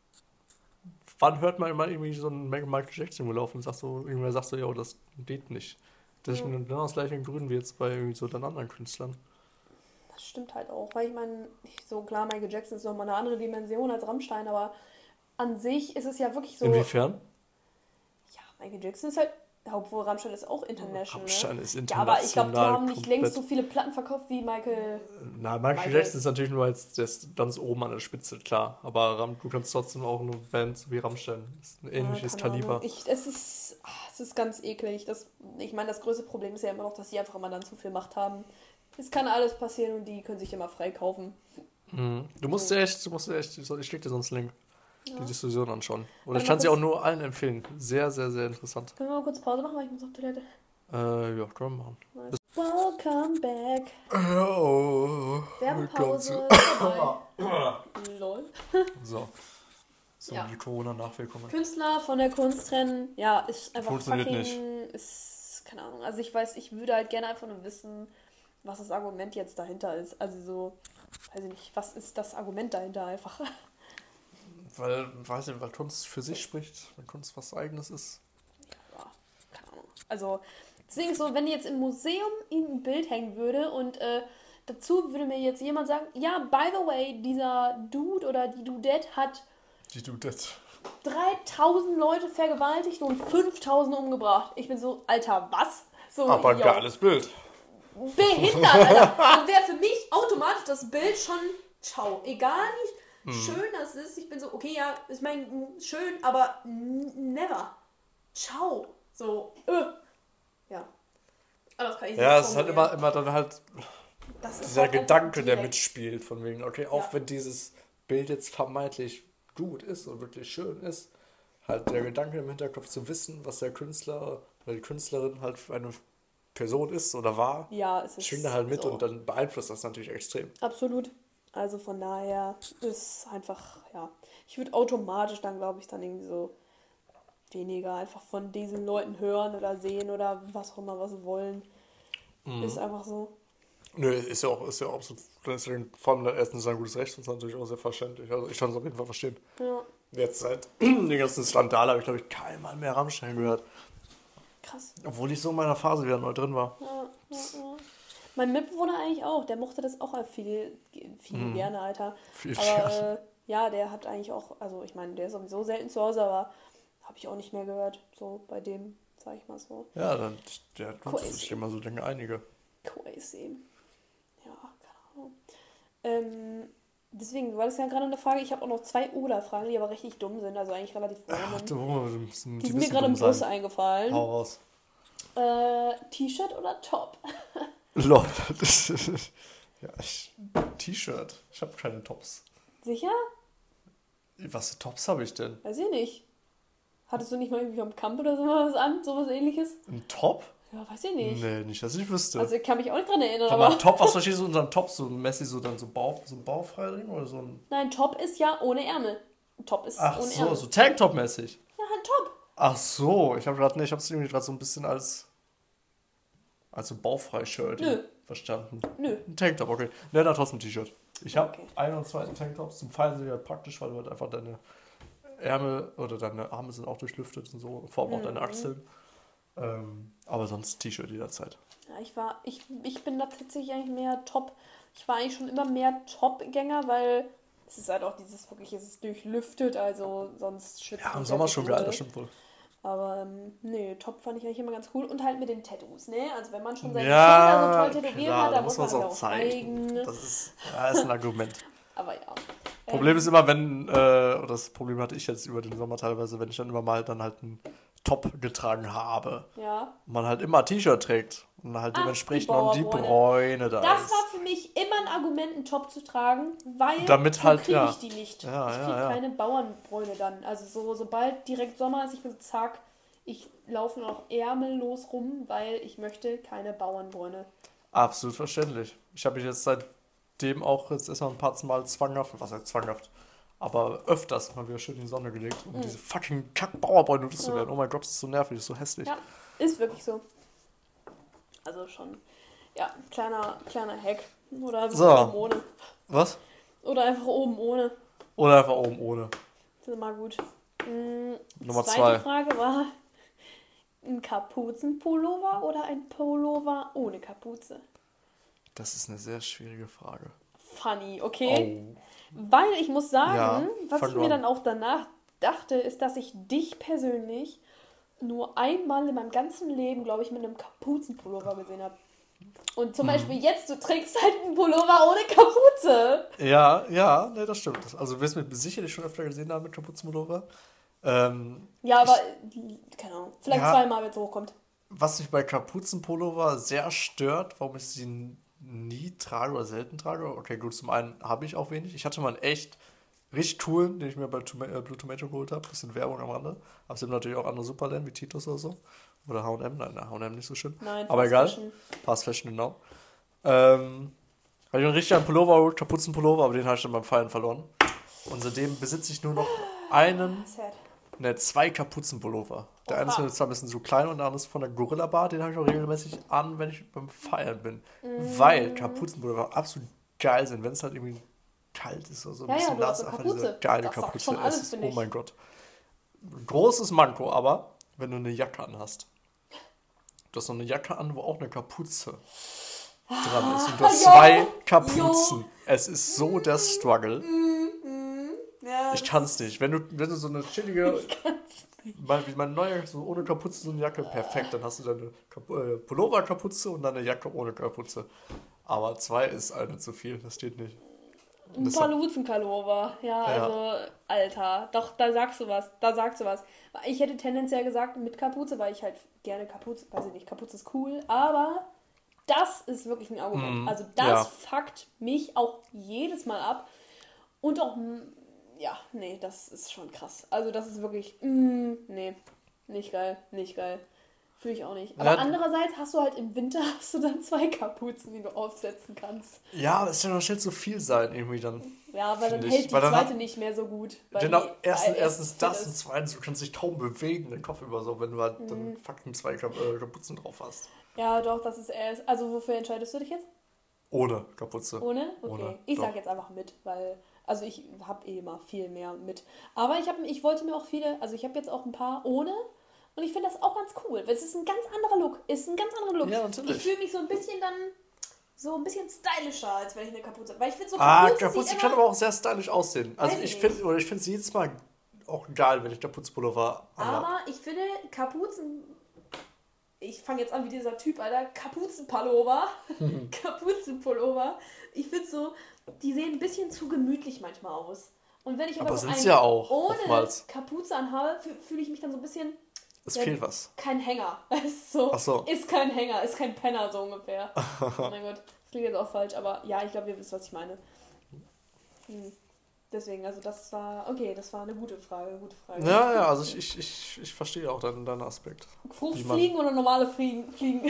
wann hört man immer irgendwie so einen Michael Jackson gelaufen und sagt so, irgendwer sagt so, ja, das geht nicht. Das ist Ja. genau das gleiche in Grün wie jetzt bei irgendwie so den anderen Künstlern. Das stimmt halt auch, weil ich meine, so klar, Michael Jackson ist nochmal eine andere Dimension als Rammstein, aber an sich ist es ja wirklich so. Inwiefern? Ja, Michael Jackson ist halt, obwohl Rammstein ist auch international. Rammstein ist Ja, international. aber ich glaube, die haben nicht komplett. längst so viele Platten verkauft wie Michael. Na, Michael Michael. Jackson ist natürlich nur als der ist ganz oben an der Spitze, klar. Aber Ram, du kannst trotzdem auch eine Band wie Rammstein. Das ist ein ähnliches Ja, keine Kaliber. Ahnung. Ich, es, ist, ah, es ist ganz eklig. Das, ich meine, das größte Problem ist ja immer noch, dass sie einfach immer dann zu viel Macht haben. Es kann alles passieren und die können sich immer freikaufen. Mhm. Du musst dir echt, du musst dir echt, ich schicke dir sonst einen Link, Ja. die Diskussion anschauen. Und Warte ich mal kann sie auch kurz. nur allen empfehlen. Sehr, sehr, sehr interessant. Können wir mal kurz Pause machen, weil ich muss auf Toilette. Äh, ja, können wir machen. Nice. Welcome back. Oh, Werbepause vorbei. Lol. So. So, Ja. die Corona-Nachwirkungen. Künstler von der Kunst trennen, ja, ist einfach Funktioniert fucking, ist, keine Ahnung, also ich weiß, ich würde halt gerne einfach nur wissen, was das Argument jetzt dahinter ist. Also so, weiß ich nicht, was ist das Argument dahinter einfach? Weil, weiß nicht, weil Kunst für sich spricht, wenn Kunst was Eigenes ist. Ja, keine Ahnung. Also, deswegen ist so, wenn jetzt im Museum ein Bild hängen würde und äh, dazu würde mir jetzt jemand sagen, ja, by the way, dieser Dude oder die Dudette hat Die du das. dreitausend Leute vergewaltigt und fünftausend umgebracht. Ich bin so, Alter, was? So, Aber ein yo, geiles Bild. behindert, Alter. Dann wäre für mich automatisch das Bild schon, ciao. Egal, schön das ist. Ich bin so, okay, ja, ich meine, schön, aber n- never. Ciao. So, äh. Ja. Aber das kann ich Ja, nicht es ist halt formulieren. immer, immer dann halt Das ist dieser halt einfach Gedanke, der direkt. mitspielt, von wegen, okay, auch Ja. wenn dieses Bild jetzt vermeintlich gut ist und wirklich schön ist, halt der Gedanke im Hinterkopf zu wissen, was der Künstler oder die Künstlerin halt für eine Person ist oder war, Ja, es ist schwingt da halt mit so. und dann beeinflusst das natürlich extrem. Absolut. Also von daher ist einfach, ja. Ich würde automatisch dann, glaube ich, dann irgendwie so weniger einfach von diesen Leuten hören oder sehen oder was auch immer, was sie wollen. Ist einfach so. Nö, ist ja auch, ist ja auch absolut, deswegen, vor allem erstens ist ein gutes Recht und ist natürlich auch sehr verständlich. Also ich kann es auf jeden Fall verstehen. Ja, Jetzt seit den ganzen Skandal habe ich, glaube ich, keinmal mehr Rammstein gehört. krass. Obwohl ich so in meiner Phase wieder neu drin war. Ja, ja, ja. Mein Mitbewohner eigentlich auch. Der mochte das auch viel, viel gerne, Alter. Viel Aber gerne. äh, ja, der hat eigentlich auch, also ich meine, der ist sowieso selten zu Hause, aber habe ich auch nicht mehr gehört. So bei dem, sag ich mal so. Ja, dann, ja, gut, Crazy. ich denke mal so, denken einige. Crazy. Ja, keine Ahnung. Ähm, deswegen, du hattest ja gerade eine Frage. Ich habe auch noch zwei Oder-Fragen, die aber richtig dumm sind, also eigentlich relativ Ach, random. du, die müssen, Die sind mir gerade im Bus eingefallen. Hau raus. Äh, T-Shirt oder Top? Lol, das ist, ja, ich, T-Shirt. Ich habe keine Tops. Sicher? Was für Tops habe ich denn? Weiß ich nicht. Hattest du nicht mal irgendwie am Camp oder so was an? Sowas ähnliches? Ein Top? Ja, weiß ich nicht. Nee, nicht, dass ich wüsste. Also ich kann mich auch nicht dran erinnern, aber aber... Top, was verstehst du unter einem Top? So ein Messi, so dann so Bauch, so ein Bauchfreiding oder so ein. Nein, Top ist ja ohne Ärmel. Top ist Ach ohne so, Ärmel. so Tanktop-mäßig. Ja, halt Top. Ach so, ich habe gerade, nee, ich habe es irgendwie gerade so ein bisschen als als so Bauchfrei-Shirt Nö. verstanden. Nö. Ein Tanktop, okay. Ne, dann trotzdem ein T-Shirt. Ich habe Okay. einen und zweiten Tanktops. Zum Feiern sind die halt praktisch, weil du halt einfach deine Ärmel oder deine Arme sind auch durchlüftet und so, vor allem auch deine Mhm. Achseln. Ähm, aber sonst T-Shirt jederzeit. Ja, ich war, ich, ich bin da tatsächlich eigentlich mehr Top. Ich war eigentlich schon immer mehr Top-Gänger, weil es ist halt auch dieses wirklich, es ist durchlüftet, also sonst schwitzt Ja, man im sich Sommer halt schon die geil, Tode. das stimmt wohl. Aber ähm, nee, Top fand ich eigentlich immer ganz cool. Und halt mit den Tattoos, ne? Also wenn man schon seine Ja, Kinder so toll tätowiert klar, hat, da dann muss muss man man es halt auch auch zeigen. zeigen. Das ist, ja, ist ein Argument. Aber ja. Problem ist immer, wenn, äh, oder das Problem hatte ich jetzt über den Sommer teilweise, wenn ich dann immer mal dann halt einen Top getragen habe Ja. und man halt immer T-Shirt trägt und halt Ach, dementsprechend die noch die Bauerbräune. Bräune da Das ist. war für mich immer ein Argument, einen Top zu tragen, weil Damit so halt, kriege ja. ich die nicht. Ja, ich ja, kriege ja. keine Bauernbräune dann. Also so, sobald direkt Sommer ist, ich bin so zack, ich laufe nur noch ärmellos rum, weil ich möchte keine Bauernbräune. Absolut verständlich. Ich habe mich jetzt seitdem auch jetzt erstmal ein paar Mal zwanghaft, was heißt zwanghaft, aber öfters mal wieder schön in die Sonne gelegt, um diese fucking Kack-Bauerbräune loszuwerden. Oh mein Gott, das ist so nervig, das ist so hässlich. Ja, ist wirklich so. Also schon, ja, kleiner, kleiner Hack. Oder einfach So. oben ohne. Was? Oder einfach oben ohne. Oder einfach oben ohne. Das ist immer gut. Mm, Nummer zweite zwei. Frage war ein Kapuzenpullover oder ein Pullover ohne Kapuze? Das ist eine sehr schwierige Frage. Funny, okay? Oh. Weil ich muss sagen, Ja, was fang ich du mir an. dann auch danach dachte, ist, dass ich dich persönlich nur einmal in meinem ganzen Leben, glaube ich, mit einem Kapuzenpullover gesehen habe. Und Mhm. zum Beispiel jetzt, du trägst halt einen Pullover ohne Kapuze. Ja, ja, ne, das stimmt. Also, du wirst mich sicherlich schon öfter gesehen haben mit Kapuzenpullover. Ähm, Ja, aber, keine Ahnung, vielleicht Ja. zweimal, wenn es hochkommt. was mich bei Kapuzenpullover sehr stört, warum ich sie n- nie trage oder selten trage. Okay, gut, zum einen habe ich auch wenig. Ich hatte mal einen echt richtig coolen, den ich mir bei Toma äh, Blue Tomato geholt habe. Bisschen Werbung am Rande. Aber es sind natürlich auch andere Superläden wie Titus oder so. Oder H und M. Nein, H und M nicht so schön. Nein, aber Fast egal. Fashion. Fast Fashion, genau. Ähm, habe ich einen richtigen Pullover geholt, Kapuzenpullover, aber den habe ich dann beim Fallen verloren. Und seitdem besitze ich nur noch einen, Sad. ne, zwei Kapuzenpullover. Der eine ist Oha. mir zwar ein bisschen zu klein und der andere ist von der Gorilla Bar, den habe ich auch regelmäßig an, wenn ich beim Feiern bin. Mm. Weil Kapuzenpullover absolut geil sind, wenn es halt irgendwie kalt ist oder so. Ein Ja, ja, bisschen du hast nass, eine einfach Kapuze. diese geile Das sagt Kapuze. schon alles, Es ist, finde oh ich. mein Gott. Großes Manko aber, wenn du eine Jacke anhast. Du hast noch eine Jacke an, wo auch eine Kapuze dran ist. Und du hast Jo, zwei Kapuzen. Es ist so der Struggle. Ja, Ich kann's nicht. Wenn du, wenn du so eine chillige, mein, wie meine neue, so ohne Kapuze, so eine Jacke, perfekt. Dann hast du deine Kap äh, Pullover-Kapuze und dann eine Jacke ohne Kapuze. Aber zwei ist eine zu viel, das steht nicht. Ein Paluzenkalover. Ja, Ja. also, Alter. Doch, da sagst du was. Da sagst du was. Ich hätte tendenziell gesagt, mit Kapuze, weil ich halt gerne Kapuze, weiß ich nicht, Kapuze ist cool, aber das ist wirklich ein Argument. Mhm, Also, das ja. fuckt mich auch jedes Mal ab. Und auch, mm, ja, nee, das ist schon krass. Also, das ist wirklich, mm, nee, nicht geil, nicht geil. Fühle ich auch nicht. Aber Ja. andererseits hast du halt im Winter hast du dann zwei Kapuzen, die du aufsetzen kannst. Ja, aber es kann doch schnell zu viel sein, irgendwie dann. Ja, weil dann Finde ich. hält die Weil dann zweite hat- nicht mehr so gut. Weil Genau, die erstens, Ei- erstens fit das ist. und zweitens, du kannst dich kaum bewegen, den Kopf über so, wenn du halt Mhm. dann fucking zwei Kap äh, Kapuzen drauf hast. Ja, doch, das ist erst. Also, wofür entscheidest du dich jetzt? Ohne Kapuze. Ohne? Okay. Ohne, ich doch. sag jetzt einfach mit, weil. Also, ich habe eh immer viel mehr mit. Aber ich, hab, ich wollte mir auch viele. Also, ich habe jetzt auch ein paar ohne. Und ich finde das auch ganz cool. Weil es ist ein ganz anderer Look. Es ist ein ganz anderer Look. Ja, natürlich. Ich fühle mich so ein bisschen dann. So ein bisschen stylischer, als wenn ich eine Kapuze habe. Weil ich finde so Ah, Kapuze Kapuze sieht kann immer, aber auch sehr stylisch aussehen. Also Weiß ich ich finde, oder ich finde es jedes Mal auch geil, wenn ich Kapuzenpullover anhabe. Aber ich finde Kapuzen. Ich fange jetzt an wie dieser Typ, Alter. Kapuzenpullover. Kapuzenpullover. Ich finde so, die sehen ein bisschen zu gemütlich manchmal aus. Und wenn ich aber, Aber so sind's einen ja auch, ohne oftmals. Kapuze anhabe, fü- fühle ich mich dann so ein bisschen Es Ja. fehlt was. kein Hänger. Ist so, Ach so. Ist kein Hänger, ist kein Penner so ungefähr. Oh mein Gott, das klingt jetzt auch falsch, aber ja, ich glaube, ihr wisst, was ich meine. Hm. Deswegen, also das war, okay, das war eine gute Frage, gute Frage. Ja, ja, also ich, ich, ich, ich verstehe auch deinen, deinen Aspekt. Fruchtfliegen oder normale Fliegen? Fliegen?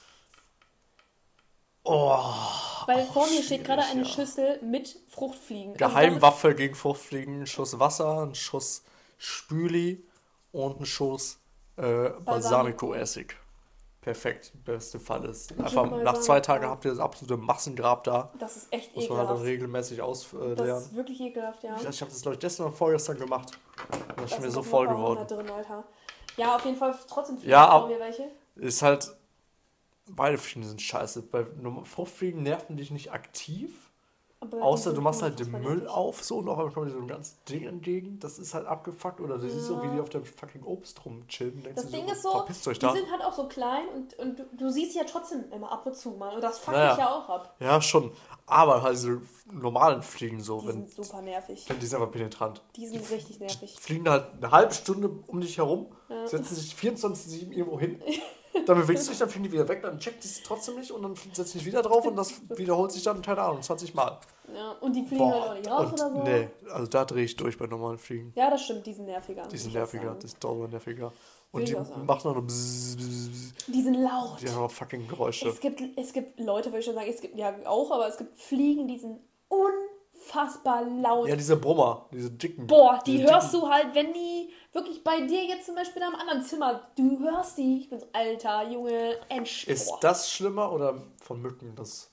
Oh, Weil vor mir steht schwierig, gerade eine ja. Schüssel mit Fruchtfliegen. Geheimwaffe gegen Fruchtfliegen, ein Schuss Wasser, ein Schuss Spüli und ein Schuss äh, Balsamico-Essig. Perfekt, beste Fall ist. Einfach Balsamico. nach zwei Tagen habt ihr das absolute Massengrab da. Das ist echt Muss man halt dann ekelhaft. regelmäßig ausleeren. Das ist wirklich ekelhaft, ja. Ich habe das, glaube ich, gestern oder vorgestern gemacht. Das ist schon Da mir so noch voll ein paar geworden. hundert drin, Alter. Ja, auf jeden Fall trotzdem fliegen Ja, vor ab- mir welche. Ist halt, beide Fliegen sind scheiße. Bei Norm- Fruchtfliegen nerven dich nicht aktiv. Aber die Außer sind du machst halt den unfassbar Müll nervig. auf, so, und auf einmal kommt dir so ein ganzes Ding entgegen. Das ist halt abgefuckt. Oder du siehst so, wie Ja. die auf dem fucking Obst rumchillen. Denkst Das du Ding so, ist so, verpisst euch die da. sind halt auch so klein und, und du, du siehst sie ja trotzdem immer ab und zu mal. Und das fuckt Naja. dich ja auch ab. Ja, schon. Aber halt diese normalen Fliegen so, Die wenn, sind super nervig. wenn die sind einfach penetrant. Die sind richtig nervig. Fliegen halt eine halbe Stunde um dich herum, Ja. setzen sich vierundzwanzig sieben irgendwo hin. Dann bewegst du dich, dann fliegen die wieder weg, dann checkt die es trotzdem nicht und dann setzt dich wieder drauf und das wiederholt sich dann, keine Ahnung, zwanzig Mal. Ja, und die fliegen halt auch nicht raus und oder so. nee, also da drehe ich durch bei normalen Fliegen. Ja, das stimmt, die sind nerviger. Die muss sind ich auch nerviger, sagen. das ist dauernd nerviger. Und Will die ich auch sagen. machen dann nur bzzz, bzzz, Die sind laut. die haben aber fucking Geräusche. Es gibt, es gibt Leute, würde ich schon sagen, es gibt ja auch, aber es gibt Fliegen, die sind unfassbar laut. Ja, diese Brummer, diese dicken. Boah, die diese hörst dicken, du halt, wenn die wirklich bei dir jetzt zum Beispiel in einem anderen Zimmer, du hörst die. Ich bin so, Alter, Junge, Endsport. Ist das schlimmer oder von Mücken das?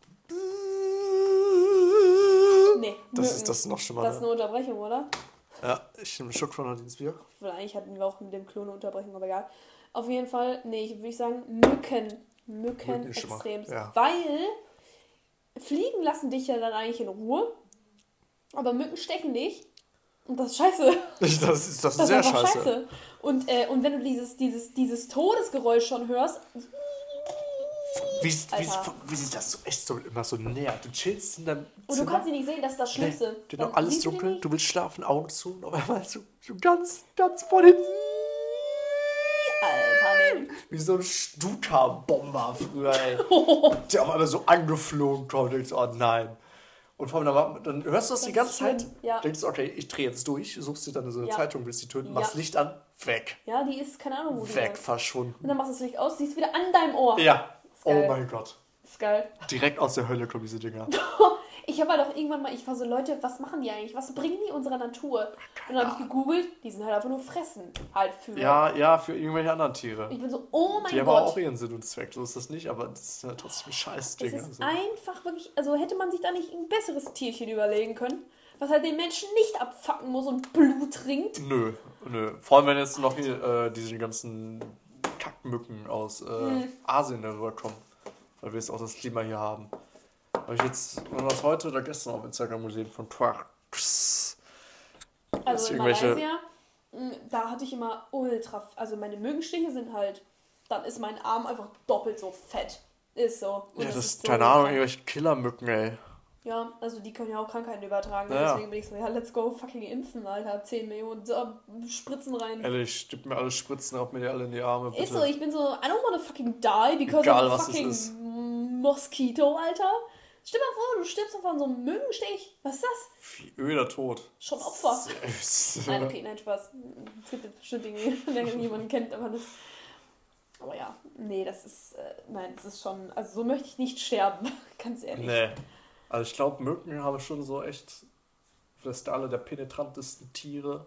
Nee, Das Mücken. ist, das ist noch schlimmer. Das ist Ne? eine Unterbrechung, oder? Ja, ich nehme einen Schock von Nadines Bier. Weil eigentlich hatten wir auch mit dem Klo eine Unterbrechung, aber egal. Auf jeden Fall, nee, ich würde sagen, Mücken. Mücken Mücken ist schlimmer, extrem. ja. Weil Fliegen lassen dich ja dann eigentlich in Ruhe, aber Mücken stechen dich. Und das ist scheiße. Das ist, das ist Das ist sehr einfach scheiße. scheiße. Und, äh, und wenn du dieses, dieses, dieses Todesgeräusch schon hörst, Wie, wie, Alter. wie sich das so echt so immer so nähert. Du chillst in deinem und du Zimmer. kannst sie nicht sehen, das ist das Schlimmste. Nee, Dann genau, alles siehst du die dunkel, nicht. du willst schlafen, Augen zu und auf einmal so, so ganz, ganz vor den Alter, nee. wie so ein Stuka-Bomber früher, ey. Der auf einmal so angeflogen kommt und denkst, oh nein. Und vor allem, dann, dann hörst du das, Das die ganze ist schlimm, Zeit, ja. denkst du, okay, ich drehe jetzt durch, suchst dir dann so eine Ja. Zeitung, willst die töten, Ja. machst Licht an, weg, Ja, die ist, keine Ahnung, wo die weg, ist. verschwunden. Und dann machst du das Licht aus, siehst wieder an deinem Ohr. Ja, oh geil. mein Gott. Ist geil. Direkt aus der Hölle kommen diese Dinger. Ich habe halt auch irgendwann mal, ich war so, Leute, was machen die eigentlich? Was bringen die unserer Natur? Und dann habe ich gegoogelt, die sind halt einfach nur fressen. Halt für. Ja, ja, für irgendwelche anderen Tiere. Ich bin so, oh mein Die haben Gott. aber auch ihren Sinn und Zweck, so ist das nicht, aber das sind ja trotzdem Es Scheißdinge. ist So. einfach wirklich, also hätte man sich da nicht ein besseres Tierchen überlegen können, was halt den Menschen nicht abfacken muss und Blut trinkt. Nö, nö. Vor allem, wenn jetzt noch hier äh, diese ganzen Kackmücken aus äh, Hm. Asien darüber kommen, weil wir jetzt auch das Klima hier haben. Habe ich jetzt, wann war das heute oder gestern auf Instagram gesehen von Quarks. Also in irgendwelche- Malaysia, mh, da hatte ich immer ultra, also meine Mückenstiche sind halt, dann ist mein Arm einfach doppelt so fett. Ist so. Und Ja, das ist ist, so keine Ahnung, krank. irgendwelche Killermücken, ey. Ja, also die können ja auch Krankheiten übertragen. Ja, ja. Deswegen bin ich so, ja, let's go fucking impfen, Alter. zehn Millionen so, Spritzen rein. Ehrlich, gib mir alle Spritzen, auf mir die alle in die Arme, bitte. Ist so, ich bin so, I don't wanna fucking die because Egal, of a was es fucking ist. Mosquito, Alter. Stell dir mal vor, du stirbst von so einem Mückenstich. Was ist das? Wie öder Tod. Schon Opfer. Süß. Nein, okay, nein, Spaß. Es gibt jetzt bestimmt Dinge, die jemanden kennt, aber das... Aber ja, nee, das ist... Äh, nein, das ist schon... Also so möchte ich nicht sterben, ganz ehrlich. Nee. Also ich glaube, Mücken haben schon so echt auf der Skala der penetrantesten Tiere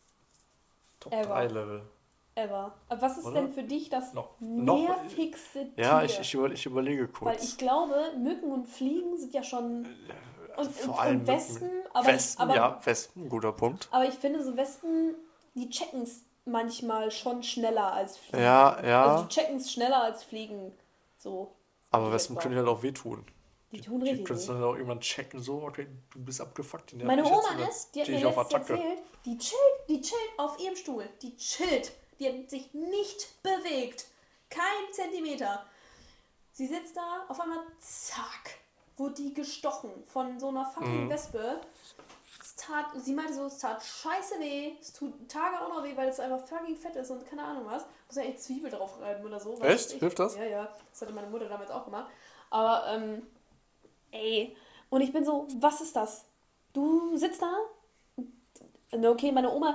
Top Ever. drei Level. Ever. Aber was ist Oder? denn für dich das Noch- noch- nervigste Tier? Ja, ich, ich, über, ich überlege kurz. Weil ich glaube, Mücken und Fliegen sind ja schon... Und, Vor und, allem und Wespen, Mücken. aber, Wespen, aber, ja, Wespen, guter Punkt. aber ich finde so Wespen, die checken es manchmal schon schneller als Fliegen. Ja, ja. Also die checken es schneller als Fliegen. So. Aber ich Wespen jetzt können halt auch wehtun. Die tun Die richtig können weh. dann auch irgendwann checken, so, okay, du bist abgefuckt. Die nervt Meine mich jetzt, Oma und dann ist, die hat steh mir ich auf letztens Attacke. erzählt, die chillt, die chillt auf ihrem Stuhl. Die chillt. Die hat sich nicht bewegt. Kein Zentimeter. Sie sitzt da, auf einmal, zack, wurde die gestochen von so einer fucking Mhm. Wespe. Es tat, sie meinte so, es tat scheiße weh. Es tut Tage auch noch weh, weil es einfach fucking fett ist und keine Ahnung was. Muss ja echt Zwiebel drauf reiben oder so. weiß Echt? ich. Hilft das? Ja, ja. Das hatte meine Mutter damals auch gemacht. Aber, ähm, ey. Und ich bin so, was ist das? Du sitzt da? Okay, meine Oma,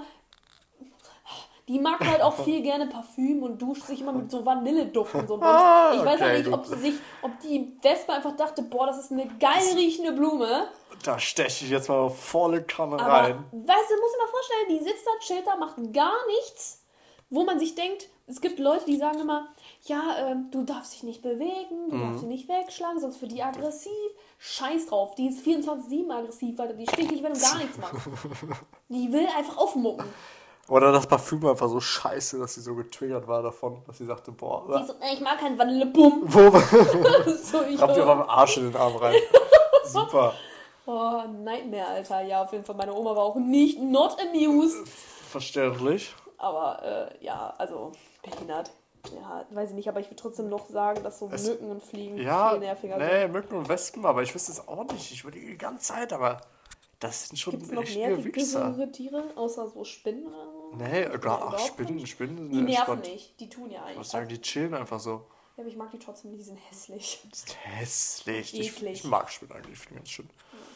die mag halt auch viel gerne Parfüm und duscht sich immer mit so Vanilleduft und so. Ah, Ich weiß okay, auch nicht, ob gut. sie sich, ob die Wespe einfach dachte, boah, das ist eine geil riechende Blume. Da steche ich jetzt mal auf volle Kanne Aber, rein. weißt du, musst dir mal vorstellen, die sitzt da, chillt da, macht gar nichts, wo man sich denkt, es gibt Leute, die sagen immer, ja, ähm, du darfst dich nicht bewegen, du Mhm. darfst sie nicht wegschlagen, sonst wird die aggressiv. Scheiß drauf, die ist vierundzwanzig sieben aggressiv, weil die sticht dich, wenn du gar nichts machst. Die will einfach aufmucken. Oder das Parfüm war einfach so scheiße, dass sie so getriggert war davon, dass sie sagte, boah, Die so, äh, ich mag keinen Vanillebum. wo So, ich habt ihr oh, mal den Arsch in den Arm rein? Super. oh, Nightmare, Alter. Ja, auf jeden Fall, meine Oma war auch nicht not amused. Verständlich. Aber, äh, ja, also, behindert. Ja, weiß ich nicht, aber ich würde trotzdem noch sagen, dass so Es- Mücken und Fliegen Ja, viel nerviger sind. nee, Mücken und Wespen, aber ich wüsste es auch nicht. Ich überlege die ganze Zeit, aber das sind schon Gibt es noch richtige Wichser. nervigere Tiere, außer so Spinnen oder so? Nee, Oder gar, ach, überhaupt Spinnen, nicht? Spinnen sind Die nerven entspannt. nicht, die tun ja Ich eigentlich. muss sagen, die chillen einfach so. Ja, aber ich mag die trotzdem, die sind hässlich. Das ist hässlich. Ich, Eklig. ich mag Spinnen eigentlich, ich finde die ganz schön.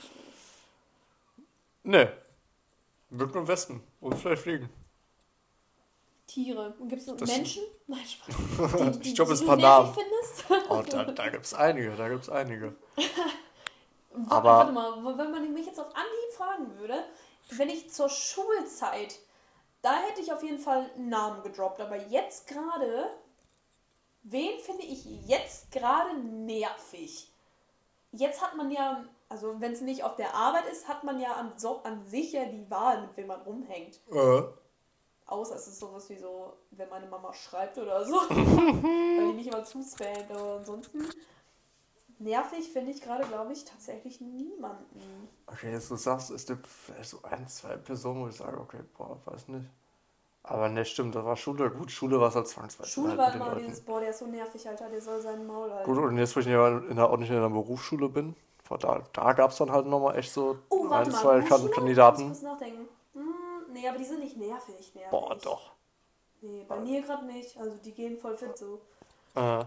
Nee. Mücken und Wespen. Und vielleicht Fliegen. Tiere. Und gibt es noch Das- Menschen? Nein, Spaß. Die, die, Ich glaube, es die ist ein du paar nervig findest? Oh, da, da gibt es einige, da gibt es einige. Wa- Aber- Warte mal, wenn man mich jetzt auf Anhieb fragen würde, wenn ich zur Schulzeit, da hätte ich auf jeden Fall einen Namen gedroppt. Aber jetzt gerade, wen finde ich jetzt gerade nervig? Jetzt hat man ja, also wenn es nicht auf der Arbeit ist, hat man ja an, so, an sich ja die Wahl, mit wem man rumhängt. Äh. Außer es ist sowas wie so, wenn meine Mama schreibt oder so. Weil die mich immer zuspammt. Aber ansonsten nervig finde ich gerade, glaube ich, tatsächlich niemanden. Okay, jetzt du sagst, es gibt vielleicht so ein, zwei Personen, wo ich sage, okay, boah, weiß nicht. Aber ne, stimmt, das war Schule. Gut, Schule war es halt zwangsweise. Schule halt war mit den immer Leuten. dieses, boah, der ist so nervig, Alter, der soll seinen Maul halten. Gut, und jetzt, wo ich ja in der, auch nicht in einer Berufsschule bin, von da, da gab es dann halt nochmal echt so Oh, warte ein, mal, zwei Berufsschule? Kan- Kandidaten. Ich muss kurz nachdenken. Hm, nee, aber die sind nicht nervig, nervig. Boah, doch. Nee, bei mir gerade nicht. Also die gehen voll fit so. Äh.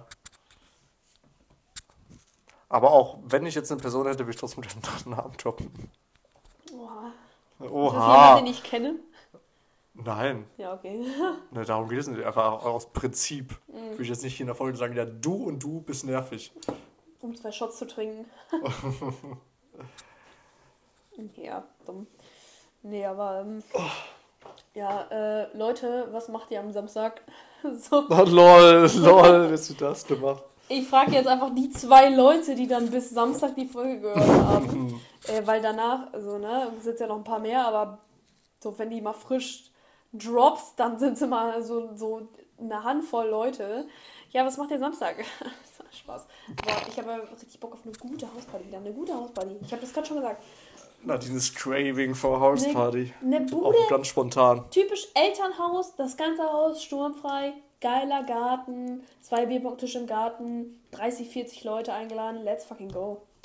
Aber auch, wenn ich jetzt eine Person hätte, würde ich trotzdem den Namen droppen. Oha. Ist das jemand, Oha! den ich kenne? Nein, Ja, okay. ne, darum geht es nicht. Einfach aus Prinzip. Mhm. Würde ich jetzt nicht hier in der Folge sagen, ja, du und du bist nervig. Um zwei Shots zu trinken. Ja, dumm. Nee, aber, ähm, ja, äh, Leute, was macht ihr am Samstag? So. Oh, lol, lol, hast du das gemacht? Ich frage jetzt einfach die zwei Leute, die dann bis Samstag die Folge gehört haben. äh, weil danach, also, ne, sind ja noch ein paar mehr, aber so, wenn die mal frisch drops, dann sind sie mal so, so eine Handvoll Leute. Ja, was macht ihr Samstag? Spaß. Aber ich habe richtig Bock auf eine gute Hausparty wieder. Eine gute Hausparty. Ich habe das gerade schon gesagt. Na, dieses Craving for House Party. Eine Auch Bude, ganz spontan. typisch Elternhaus, das ganze Haus sturmfrei, geiler Garten, zwei Bierbocktische im Garten, dreißig, vierzig Leute eingeladen, let's fucking go.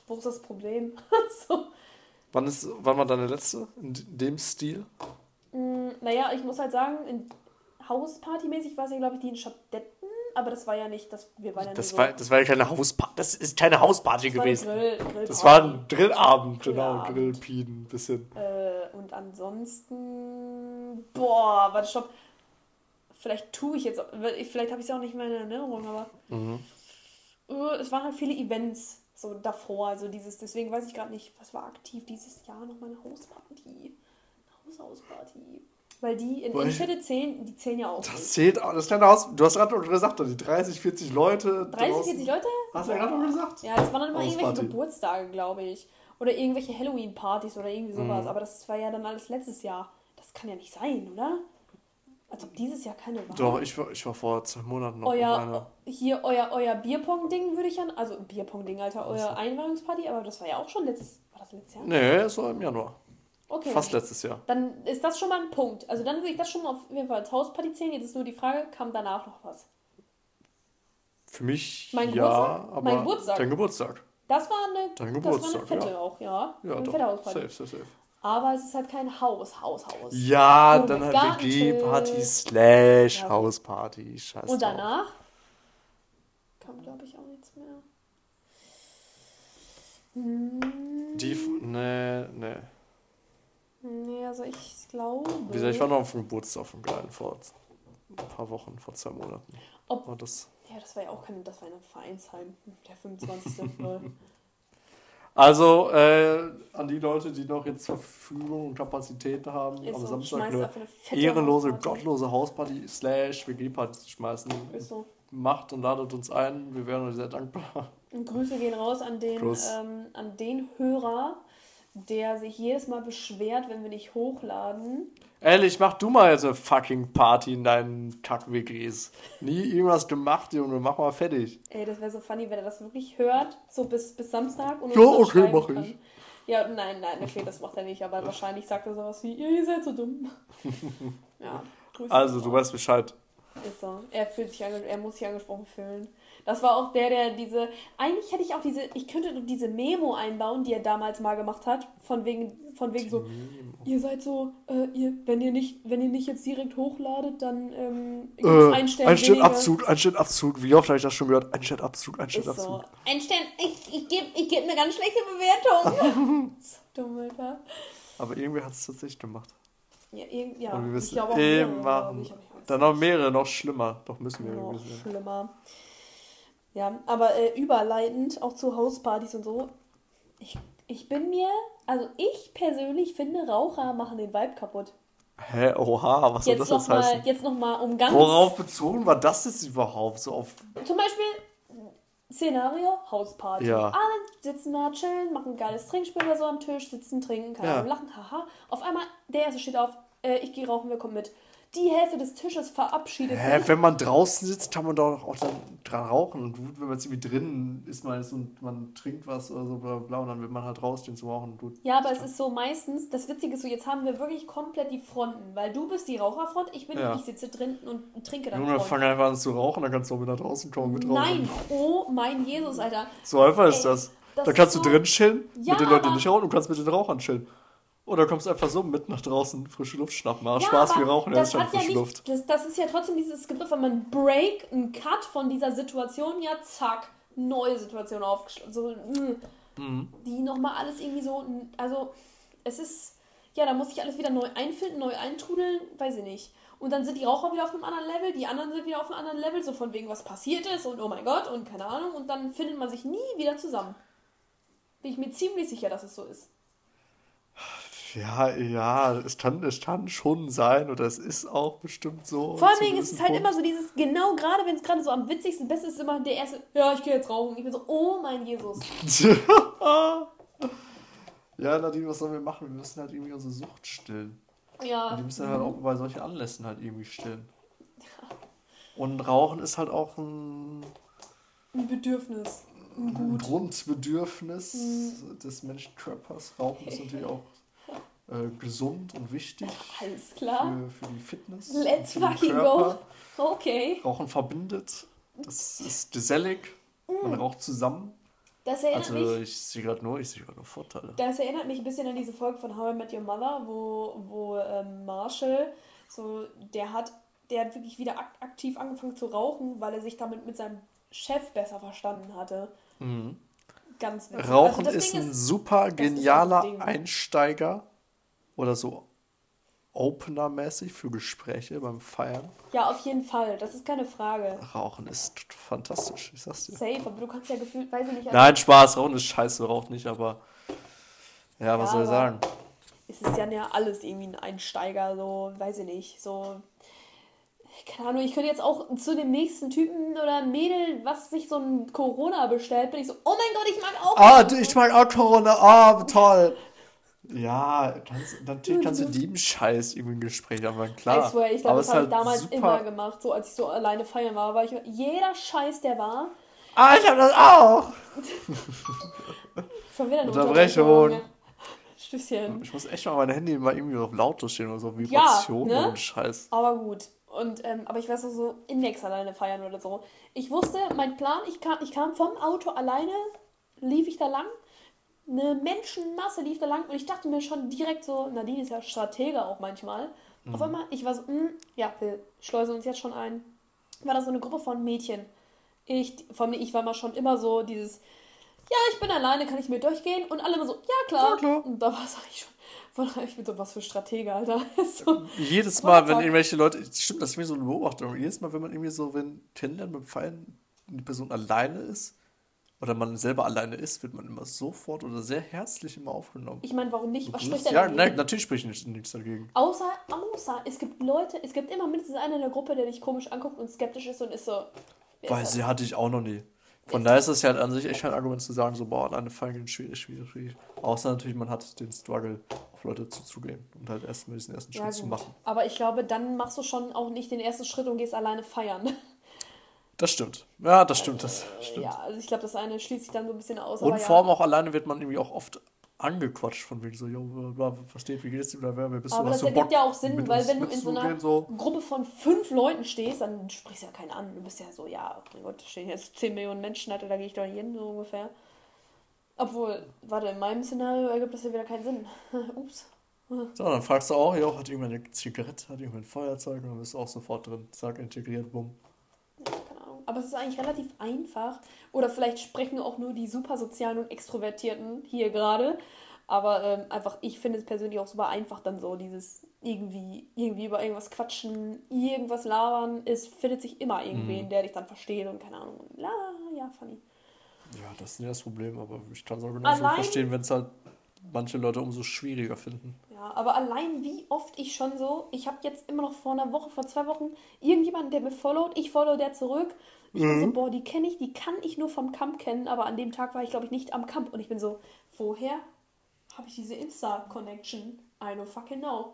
Wo ist das Problem? so. Wann, ist, wann war deine letzte in dem Stil? Mm, naja, ich muss halt sagen, in Hausparty-mäßig war es ja, glaube ich, die in Schadetten, aber das war ja nicht, das, wir waren ja Das, so, war, das war ja keine Hausparty. Das ist keine Hausparty das war gewesen. eine Grill, Grillparty. Das war ein Grillabend, genau. Grillabend. Grillpien, ein bisschen. Äh, und ansonsten, boah, warte, stopp. Vielleicht tue ich jetzt, vielleicht habe ich es auch nicht mehr in Erinnerung, aber Mhm. äh, es waren halt viele Events so davor, also dieses, deswegen weiß ich gerade nicht, was war aktiv dieses Jahr noch mal eine Hausparty. Eine Haushausparty. Weil die in Boah, ich- Innenstädte zählen, die zählen ja auch. Das nicht. zählt auch, das kleine Haus. Du hast gerade noch gesagt, die dreißig, vierzig Leute. dreißig, draußen. vierzig Leute? Hast du ja gerade noch gesagt? Ja, das waren dann immer irgendwelche Hausparty. Geburtstage, glaube ich. Oder irgendwelche Halloween-Partys oder irgendwie sowas. Mhm. Aber das war ja dann alles letztes Jahr. Das kann ja nicht sein, oder? Als ob dieses Jahr keine war. Doch, ich war, ich war vor zwei Monaten noch auf Euer, einer. hier, euer, euer Bierpong-Ding würde ich an. Also, Bierpong-Ding, Alter. Euer Achso. Einweihungsparty, aber das war ja auch schon letztes. War das letztes Jahr? Nee, es war im Januar. Okay. Fast letztes Jahr. Dann ist das schon mal ein Punkt. Also, dann würde ich das schon mal auf jeden Fall als Hausparty zählen. Jetzt ist nur die Frage, kam danach noch was? Für mich Mein ja, Geburtstag? aber Mein Geburtstag. dein Geburtstag. Das war eine, Dein das war eine Geburtstag, fette ja. auch, ja. Ja, eine doch. fette Hausparty. Safe, safe, safe. Aber es ist halt kein Haus, Haus, Haus. Ja, So dann mit halt W G-Party Gartentisch. slash Ja. Hausparty. Scheiß Und drauf. danach kam, glaube ich, auch nichts mehr. Hm, Die, f- nee, nee. nee, also ich glaube... Wie gesagt, ich war noch auf dem Geburtstag von Kleinen vor ein paar Wochen, vor zwei Monaten. Ob- War das. Ja, das war ja auch kein... Das war in einem Vereinsheim. Der fünfundzwanzigste April. Also, äh, an die Leute, die noch jetzt Verfügung und Kapazitäten haben, Ist am so, Samstag schmeißt eine dafür eine fette ehrenlose, Hausparty. gottlose Hausparty slash W G-Party zu schmeißen. Ist so. Macht und ladet uns ein. Wir wären euch sehr dankbar. Und Grüße gehen raus an den, Plus. ähm, an den Hörer, der sich jedes Mal beschwert, wenn wir nicht hochladen. Ehrlich, mach du mal jetzt eine fucking Party in deinen Kack-W Gs. Nie irgendwas gemacht, Junge. Mach mal fertig. Ey, das wäre so funny, wenn er das wirklich hört, so bis, bis Samstag und uns Ja, so okay, schreiben mach kann. ich. Ja, nein, nein, okay, das macht er nicht, aber wahrscheinlich sagt er sowas wie, ihr seid so dumm. ja, Grüße Also, gehen du raus. weißt Bescheid. Ist so. Er fühlt sich ange- er muss sich angesprochen fühlen. Das war auch der, der diese. Eigentlich hätte ich auch diese. Ich könnte doch diese Memo einbauen, die er damals mal gemacht hat. Von wegen, von wegen so, ihr seid so, äh, ihr, wenn ihr nicht, wenn ihr nicht jetzt direkt hochladet, dann ähm, gibt's Äh, einen Stern ein Stern weniger. Abzug, ein Stern Abzug. Wie oft habe ich das schon gehört? Ein Stern Abzug, ein Stern Ist so. Abzug. Ein Stern, ich, ich gebe ich geb eine ganz schlechte Bewertung. so dumm, Alter. Aber irgendwie hat es tatsächlich gemacht. Ja, irgend, ja Und wir ich müssen glaube auch eh mehrere, machen. glaub ich, aber ich weiß Dann noch mehrere, noch schlimmer. Doch müssen wir noch irgendwie sehen. schlimmer. Ja, aber äh, überleitend auch zu Hauspartys und so. Ich, ich bin mir, also ich persönlich finde, Raucher machen den Vibe kaputt. Hä, oha, was soll Jetzt das jetzt nochmal, heißen? jetzt noch mal um ganz... Worauf bezogen war das jetzt überhaupt? So auf. Zum Beispiel Szenario, Hausparty. Ja. Alle sitzen da, chillen, machen ein geiles Trinkspiel oder so am Tisch, sitzen, trinken, keine Ja. Ahnung, lachen, haha. Auf einmal, der erste steht auf, äh, ich gehe rauchen, wer kommt mit. Die Hälfte des Tisches verabschiedet Hä, sich. wenn man draußen sitzt, kann man doch auch dann dran rauchen. Und gut, wenn man jetzt irgendwie drinnen ist, man ist und man trinkt was oder so, bla bla, und dann wird man halt rausstehen zum Rauchen. Gut. Ja, aber es ist so meistens, das Witzige ist so, jetzt haben wir wirklich komplett die Fronten, weil du bist die Raucherfront, ich bin, Ja. ich sitze drin und trinke dann Junge, dann Front. fang einfach an zu rauchen, dann kannst du auch wieder draußen kommen mit rauchen. Nein, oh mein Jesus, Alter. So einfach ist Ey, das. das Da kannst ist du so- drin chillen, Ja, mit den Leuten, die aber- nicht rauchen, und kannst mit den Rauchern chillen. Oder kommst einfach so mit nach draußen, frische Luft schnappen. Mal Ja, Spaß, aber wir rauchen, ja, das ist schon hat ja frische nicht, Luft. das, das ist ja trotzdem dieses Begriff, wenn man Break, ein Cut von dieser Situation, ja zack, neue Situation aufgeschlossen. So, mh, Mhm. die nochmal alles irgendwie so, n- also es ist, ja, da muss ich alles wieder neu einfinden, neu eintrudeln, weiß ich nicht. Und dann sind die Raucher wieder auf einem anderen Level, die anderen sind wieder auf einem anderen Level, so von wegen, was passiert ist und oh mein Gott und keine Ahnung. Und dann findet man sich nie wieder zusammen. Bin ich mir ziemlich sicher, dass es so ist. Ja, ja, es kann, es kann schon sein oder es ist auch bestimmt so. Vor allem zu einem ist es gewissen halt Punkt. immer so dieses, genau gerade wenn es gerade so am witzigsten, beste ist immer der erste, ja, ich gehe jetzt rauchen. Ich bin so, oh mein Jesus. Ja, Nadine, was sollen wir machen? Wir müssen halt irgendwie unsere Sucht stillen. Ja. Und die müssen halt auch bei solchen Anlässen halt irgendwie stillen. Und Rauchen ist halt auch ein Ein Bedürfnis. Ein ein Gut. Grundbedürfnis Mhm. des Menschenkörpers. Rauchen ist natürlich auch äh, gesund und wichtig Alles klar. für, für die Fitness. Let's und für den fucking Körper. go. Okay. Rauchen verbindet. Das ist gesellig. Man Mhm. raucht zusammen. Das erinnert Also mich, ich sehe gerade nur, ich sehe gerade nur Vorteile. das erinnert mich ein bisschen an diese Folge von How I Met Your Mother, wo, wo ähm, Marshall, so, der hat, der hat wirklich wieder ak aktiv angefangen zu rauchen, weil er sich damit mit seinem Chef besser verstanden hatte. Mhm. Ganz witzig. Rauchen also das ist Ding ein ist, super das ist genialer ein Ding. Einsteiger oder so Opener-mäßig für Gespräche beim Feiern. Ja, auf jeden Fall, das ist keine Frage. Rauchen ist fantastisch, ich sag's dir. Safe, aber du kannst ja gefühlt, weiß ich nicht, also, Nein, Spaß, Rauchen ist scheiße, raucht nicht, aber ja, was Ja, soll ich aber- sagen? es ist ja ja alles irgendwie ein Einsteiger, so, weiß ich nicht, so, keine Ahnung, ich könnte jetzt auch zu dem nächsten Typen oder Mädel, was sich so ein Corona bestellt, bin ich so, oh mein Gott, ich mag auch. Ah, du- ich mag auch Corona, ah, toll. Ja, kannst, natürlich kannst du lieben Scheiß irgendwie ein Gespräch haben, klar. I swear, ich glaube, Aber das es habe ist ich halt damals super- immer gemacht, so als ich so alleine feiern war, weil ich jeder Scheiß, der war, Ah, ich hab das auch. schon wieder eine Unterbrechung. Unterbrechung. Stößchen. Ich muss echt mal mein Handy mal irgendwie auf lautlos stehen oder so Vibrationen ne? und Scheiß. Aber gut. Und, ähm, aber ich weiß auch so, Index alleine feiern oder so. Ich wusste, mein Plan, ich kam, ich kam vom Auto alleine, lief ich da lang, eine Menschenmasse lief da lang und ich dachte mir schon direkt so, Nadine ist ja Stratege auch manchmal. Auf einmal, ich war so, mh, ja, wir schleusen uns jetzt schon ein. War da so eine Gruppe von Mädchen. Ich, von mir, ich war mal schon immer so dieses, ja, ich bin alleine, kann ich mir durchgehen? Und alle immer so, ja, klar. Ja, klar. Und da war es eigentlich schon, von, ich bin so, was für Stratege, Alter. so, Jedes Mal, wenn What the fuck? irgendwelche Leute, stimmt, das ist mir so eine Beobachtung. Jedes Mal, wenn man irgendwie so, wenn kennenlernen beim Feiern eine Person alleine ist oder man selber alleine ist, wird man immer sofort oder sehr herzlich immer aufgenommen. ich meine, warum nicht? Was spricht denn Ja, dagegen? nein, natürlich spricht nichts, nichts dagegen. Außer, außer, es gibt Leute, es gibt immer mindestens einen in der Gruppe, der dich komisch anguckt und skeptisch ist und ist so, wer Weil ist sie das? hatte ich auch noch nie. Von Ist daher ist es ja halt an sich echt kein Argument zu sagen, so, boah, alleine feiern gehen, schwierig, schwierig, schwierig. Außer natürlich, man hat den Struggle, auf Leute zuzugehen und halt erst mal diesen ersten Ja, Schritt zu gut. machen. Aber ich glaube, dann machst du schon auch nicht den ersten Schritt und gehst alleine feiern. Das stimmt. Ja, das stimmt, das stimmt. Ja, also ich glaube, das eine schließt sich dann so ein bisschen aus. Und aber vor allem ja. auch alleine wird man irgendwie auch oft angequatscht von wegen so, jo, bla, bla, versteht, wie geht's dir, oder wer, wer bist du, Aber hast das du Bock, ergibt ja auch Sinn, mit weil uns wenn du in so einer mitzugehen, so? Gruppe von fünf Leuten stehst, dann sprichst du ja keinen an. Du bist ja so, ja, mein Gott, da stehen jetzt zehn Millionen Menschen, Alter, da gehe ich doch nicht hin, so ungefähr. Obwohl, warte, in meinem Szenario ergibt das ja wieder keinen Sinn. Ups. So, dann fragst du auch, jo, hat jemand eine Zigarette, hat jemand ein Feuerzeug, und dann bist du auch sofort drin. Zack, integriert, bumm. Keine Ahnung. Aber es ist eigentlich relativ einfach. Oder vielleicht sprechen auch nur die super sozialen und Extrovertierten hier gerade. Aber ähm, einfach, ich finde es persönlich auch super einfach, dann so dieses irgendwie, irgendwie über irgendwas quatschen, irgendwas labern. Es findet sich immer irgendwen, Mhm. der dich dann versteht und keine Ahnung. La, ja, funny. Ja, das ist nicht das Problem, aber ich kann es auch genauso Allein- verstehen, wenn es halt manche Leute umso schwieriger finden. Ja, aber allein wie oft ich schon so, ich habe jetzt immer noch vor einer Woche, vor zwei Wochen, irgendjemanden, der mir followt, ich follow der zurück. Ich bin so, boah, die kenne ich, die kann ich nur vom Camp kennen, aber an dem Tag war ich, glaube ich, nicht am Camp. Und ich bin so, woher habe ich diese Insta-Connection? I don't fucking know.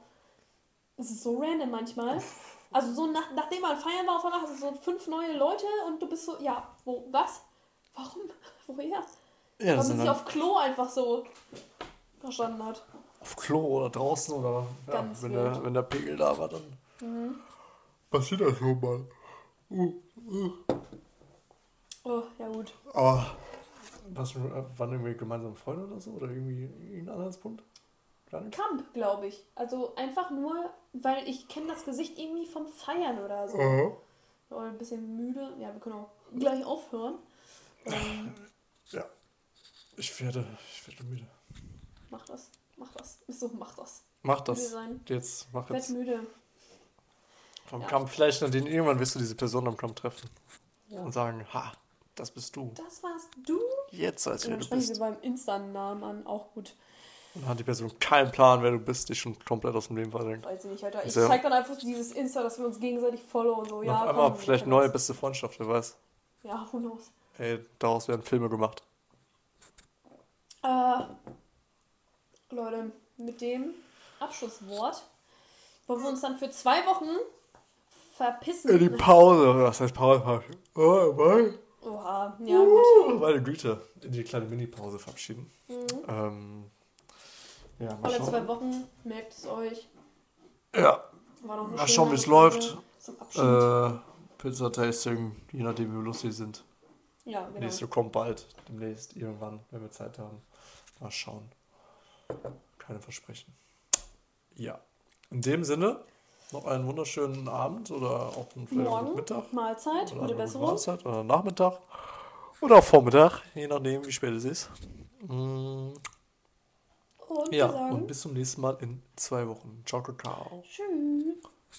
Es ist so random manchmal. Also so nach, nachdem man feiern war, auf einmal hast du so fünf neue Leute und du bist so, ja, wo, was? Warum? Woher? Ja, Weil das man sind sich dann auf Klo einfach so verstanden hat. auf Klo oder draußen oder ja, Ganz wenn, wild. der, wenn der Pegel da war, dann passiert das schon mal. Oh, ja gut. Aber was, waren irgendwie gemeinsame Freunde oder so? Oder irgendwie irgendein Anhaltspunkt? Gar nicht? Camp, glaube ich. Also einfach nur, weil ich kenne das Gesicht irgendwie vom Feiern oder so. Aha. Ich war ein bisschen müde. Ja, wir können auch gleich aufhören. Ähm, Ja. Ich werde, ich werde müde. mach das. Mach das. Ist so, mach das. Mach Müde das. sein. Jetzt, mach Ich werd jetzt. müde. Vom Ja. Kampf. Vielleicht Nadine, irgendwann wirst du diese Person am Kampf treffen. Ja. Und sagen, ha, das bist du. Das warst du? Jetzt weiß ich, Und wer dann du sprechen wir bist. beim Insta-Namen an. Auch gut. Und dann hat die Person keinen Plan, wer du bist, dich schon komplett aus dem Leben verdrängt. Weiß ich nicht, Alter. Ich Ist ja- zeig dann einfach dieses Insta, dass wir uns gegenseitig followen und so. Und Ja, auf einmal komm, vielleicht wir neue können beste Freundschaft, wer weiß. das. Ja, who knows. Ey, daraus werden Filme gemacht. Äh, Leute, mit dem Abschlusswort wollen wir uns dann für zwei Wochen verpissen. In die Pause. Was heißt Pause? Oh, mein. Oha, ja gut. Meine Güte. In die kleine Mini-Pause verabschieden. Ähm, ja, mal Alle schauen. zwei Wochen, merkt es euch. Ja, War noch eine mal schöne schauen, wie es Folge läuft. Zum Abschied. Äh, Pizza-Tasting, je nachdem, wie lustig sie sind. Ja, genau. Nächste kommt bald, demnächst, irgendwann, wenn wir Zeit haben. Mal schauen. Keine Versprechen. Ja. In dem Sinne, noch einen wunderschönen Abend oder auch einen vielleicht auch Morgen, Mittag. Mahlzeit, Oder gute eine Besserung. Mahlzeit oder Nachmittag. Oder auch Vormittag, je nachdem, wie spät es ist. Mm, Und Ja, wir sagen und bis zum nächsten Mal in zwei Wochen. Ciao, Kakao. tschüss.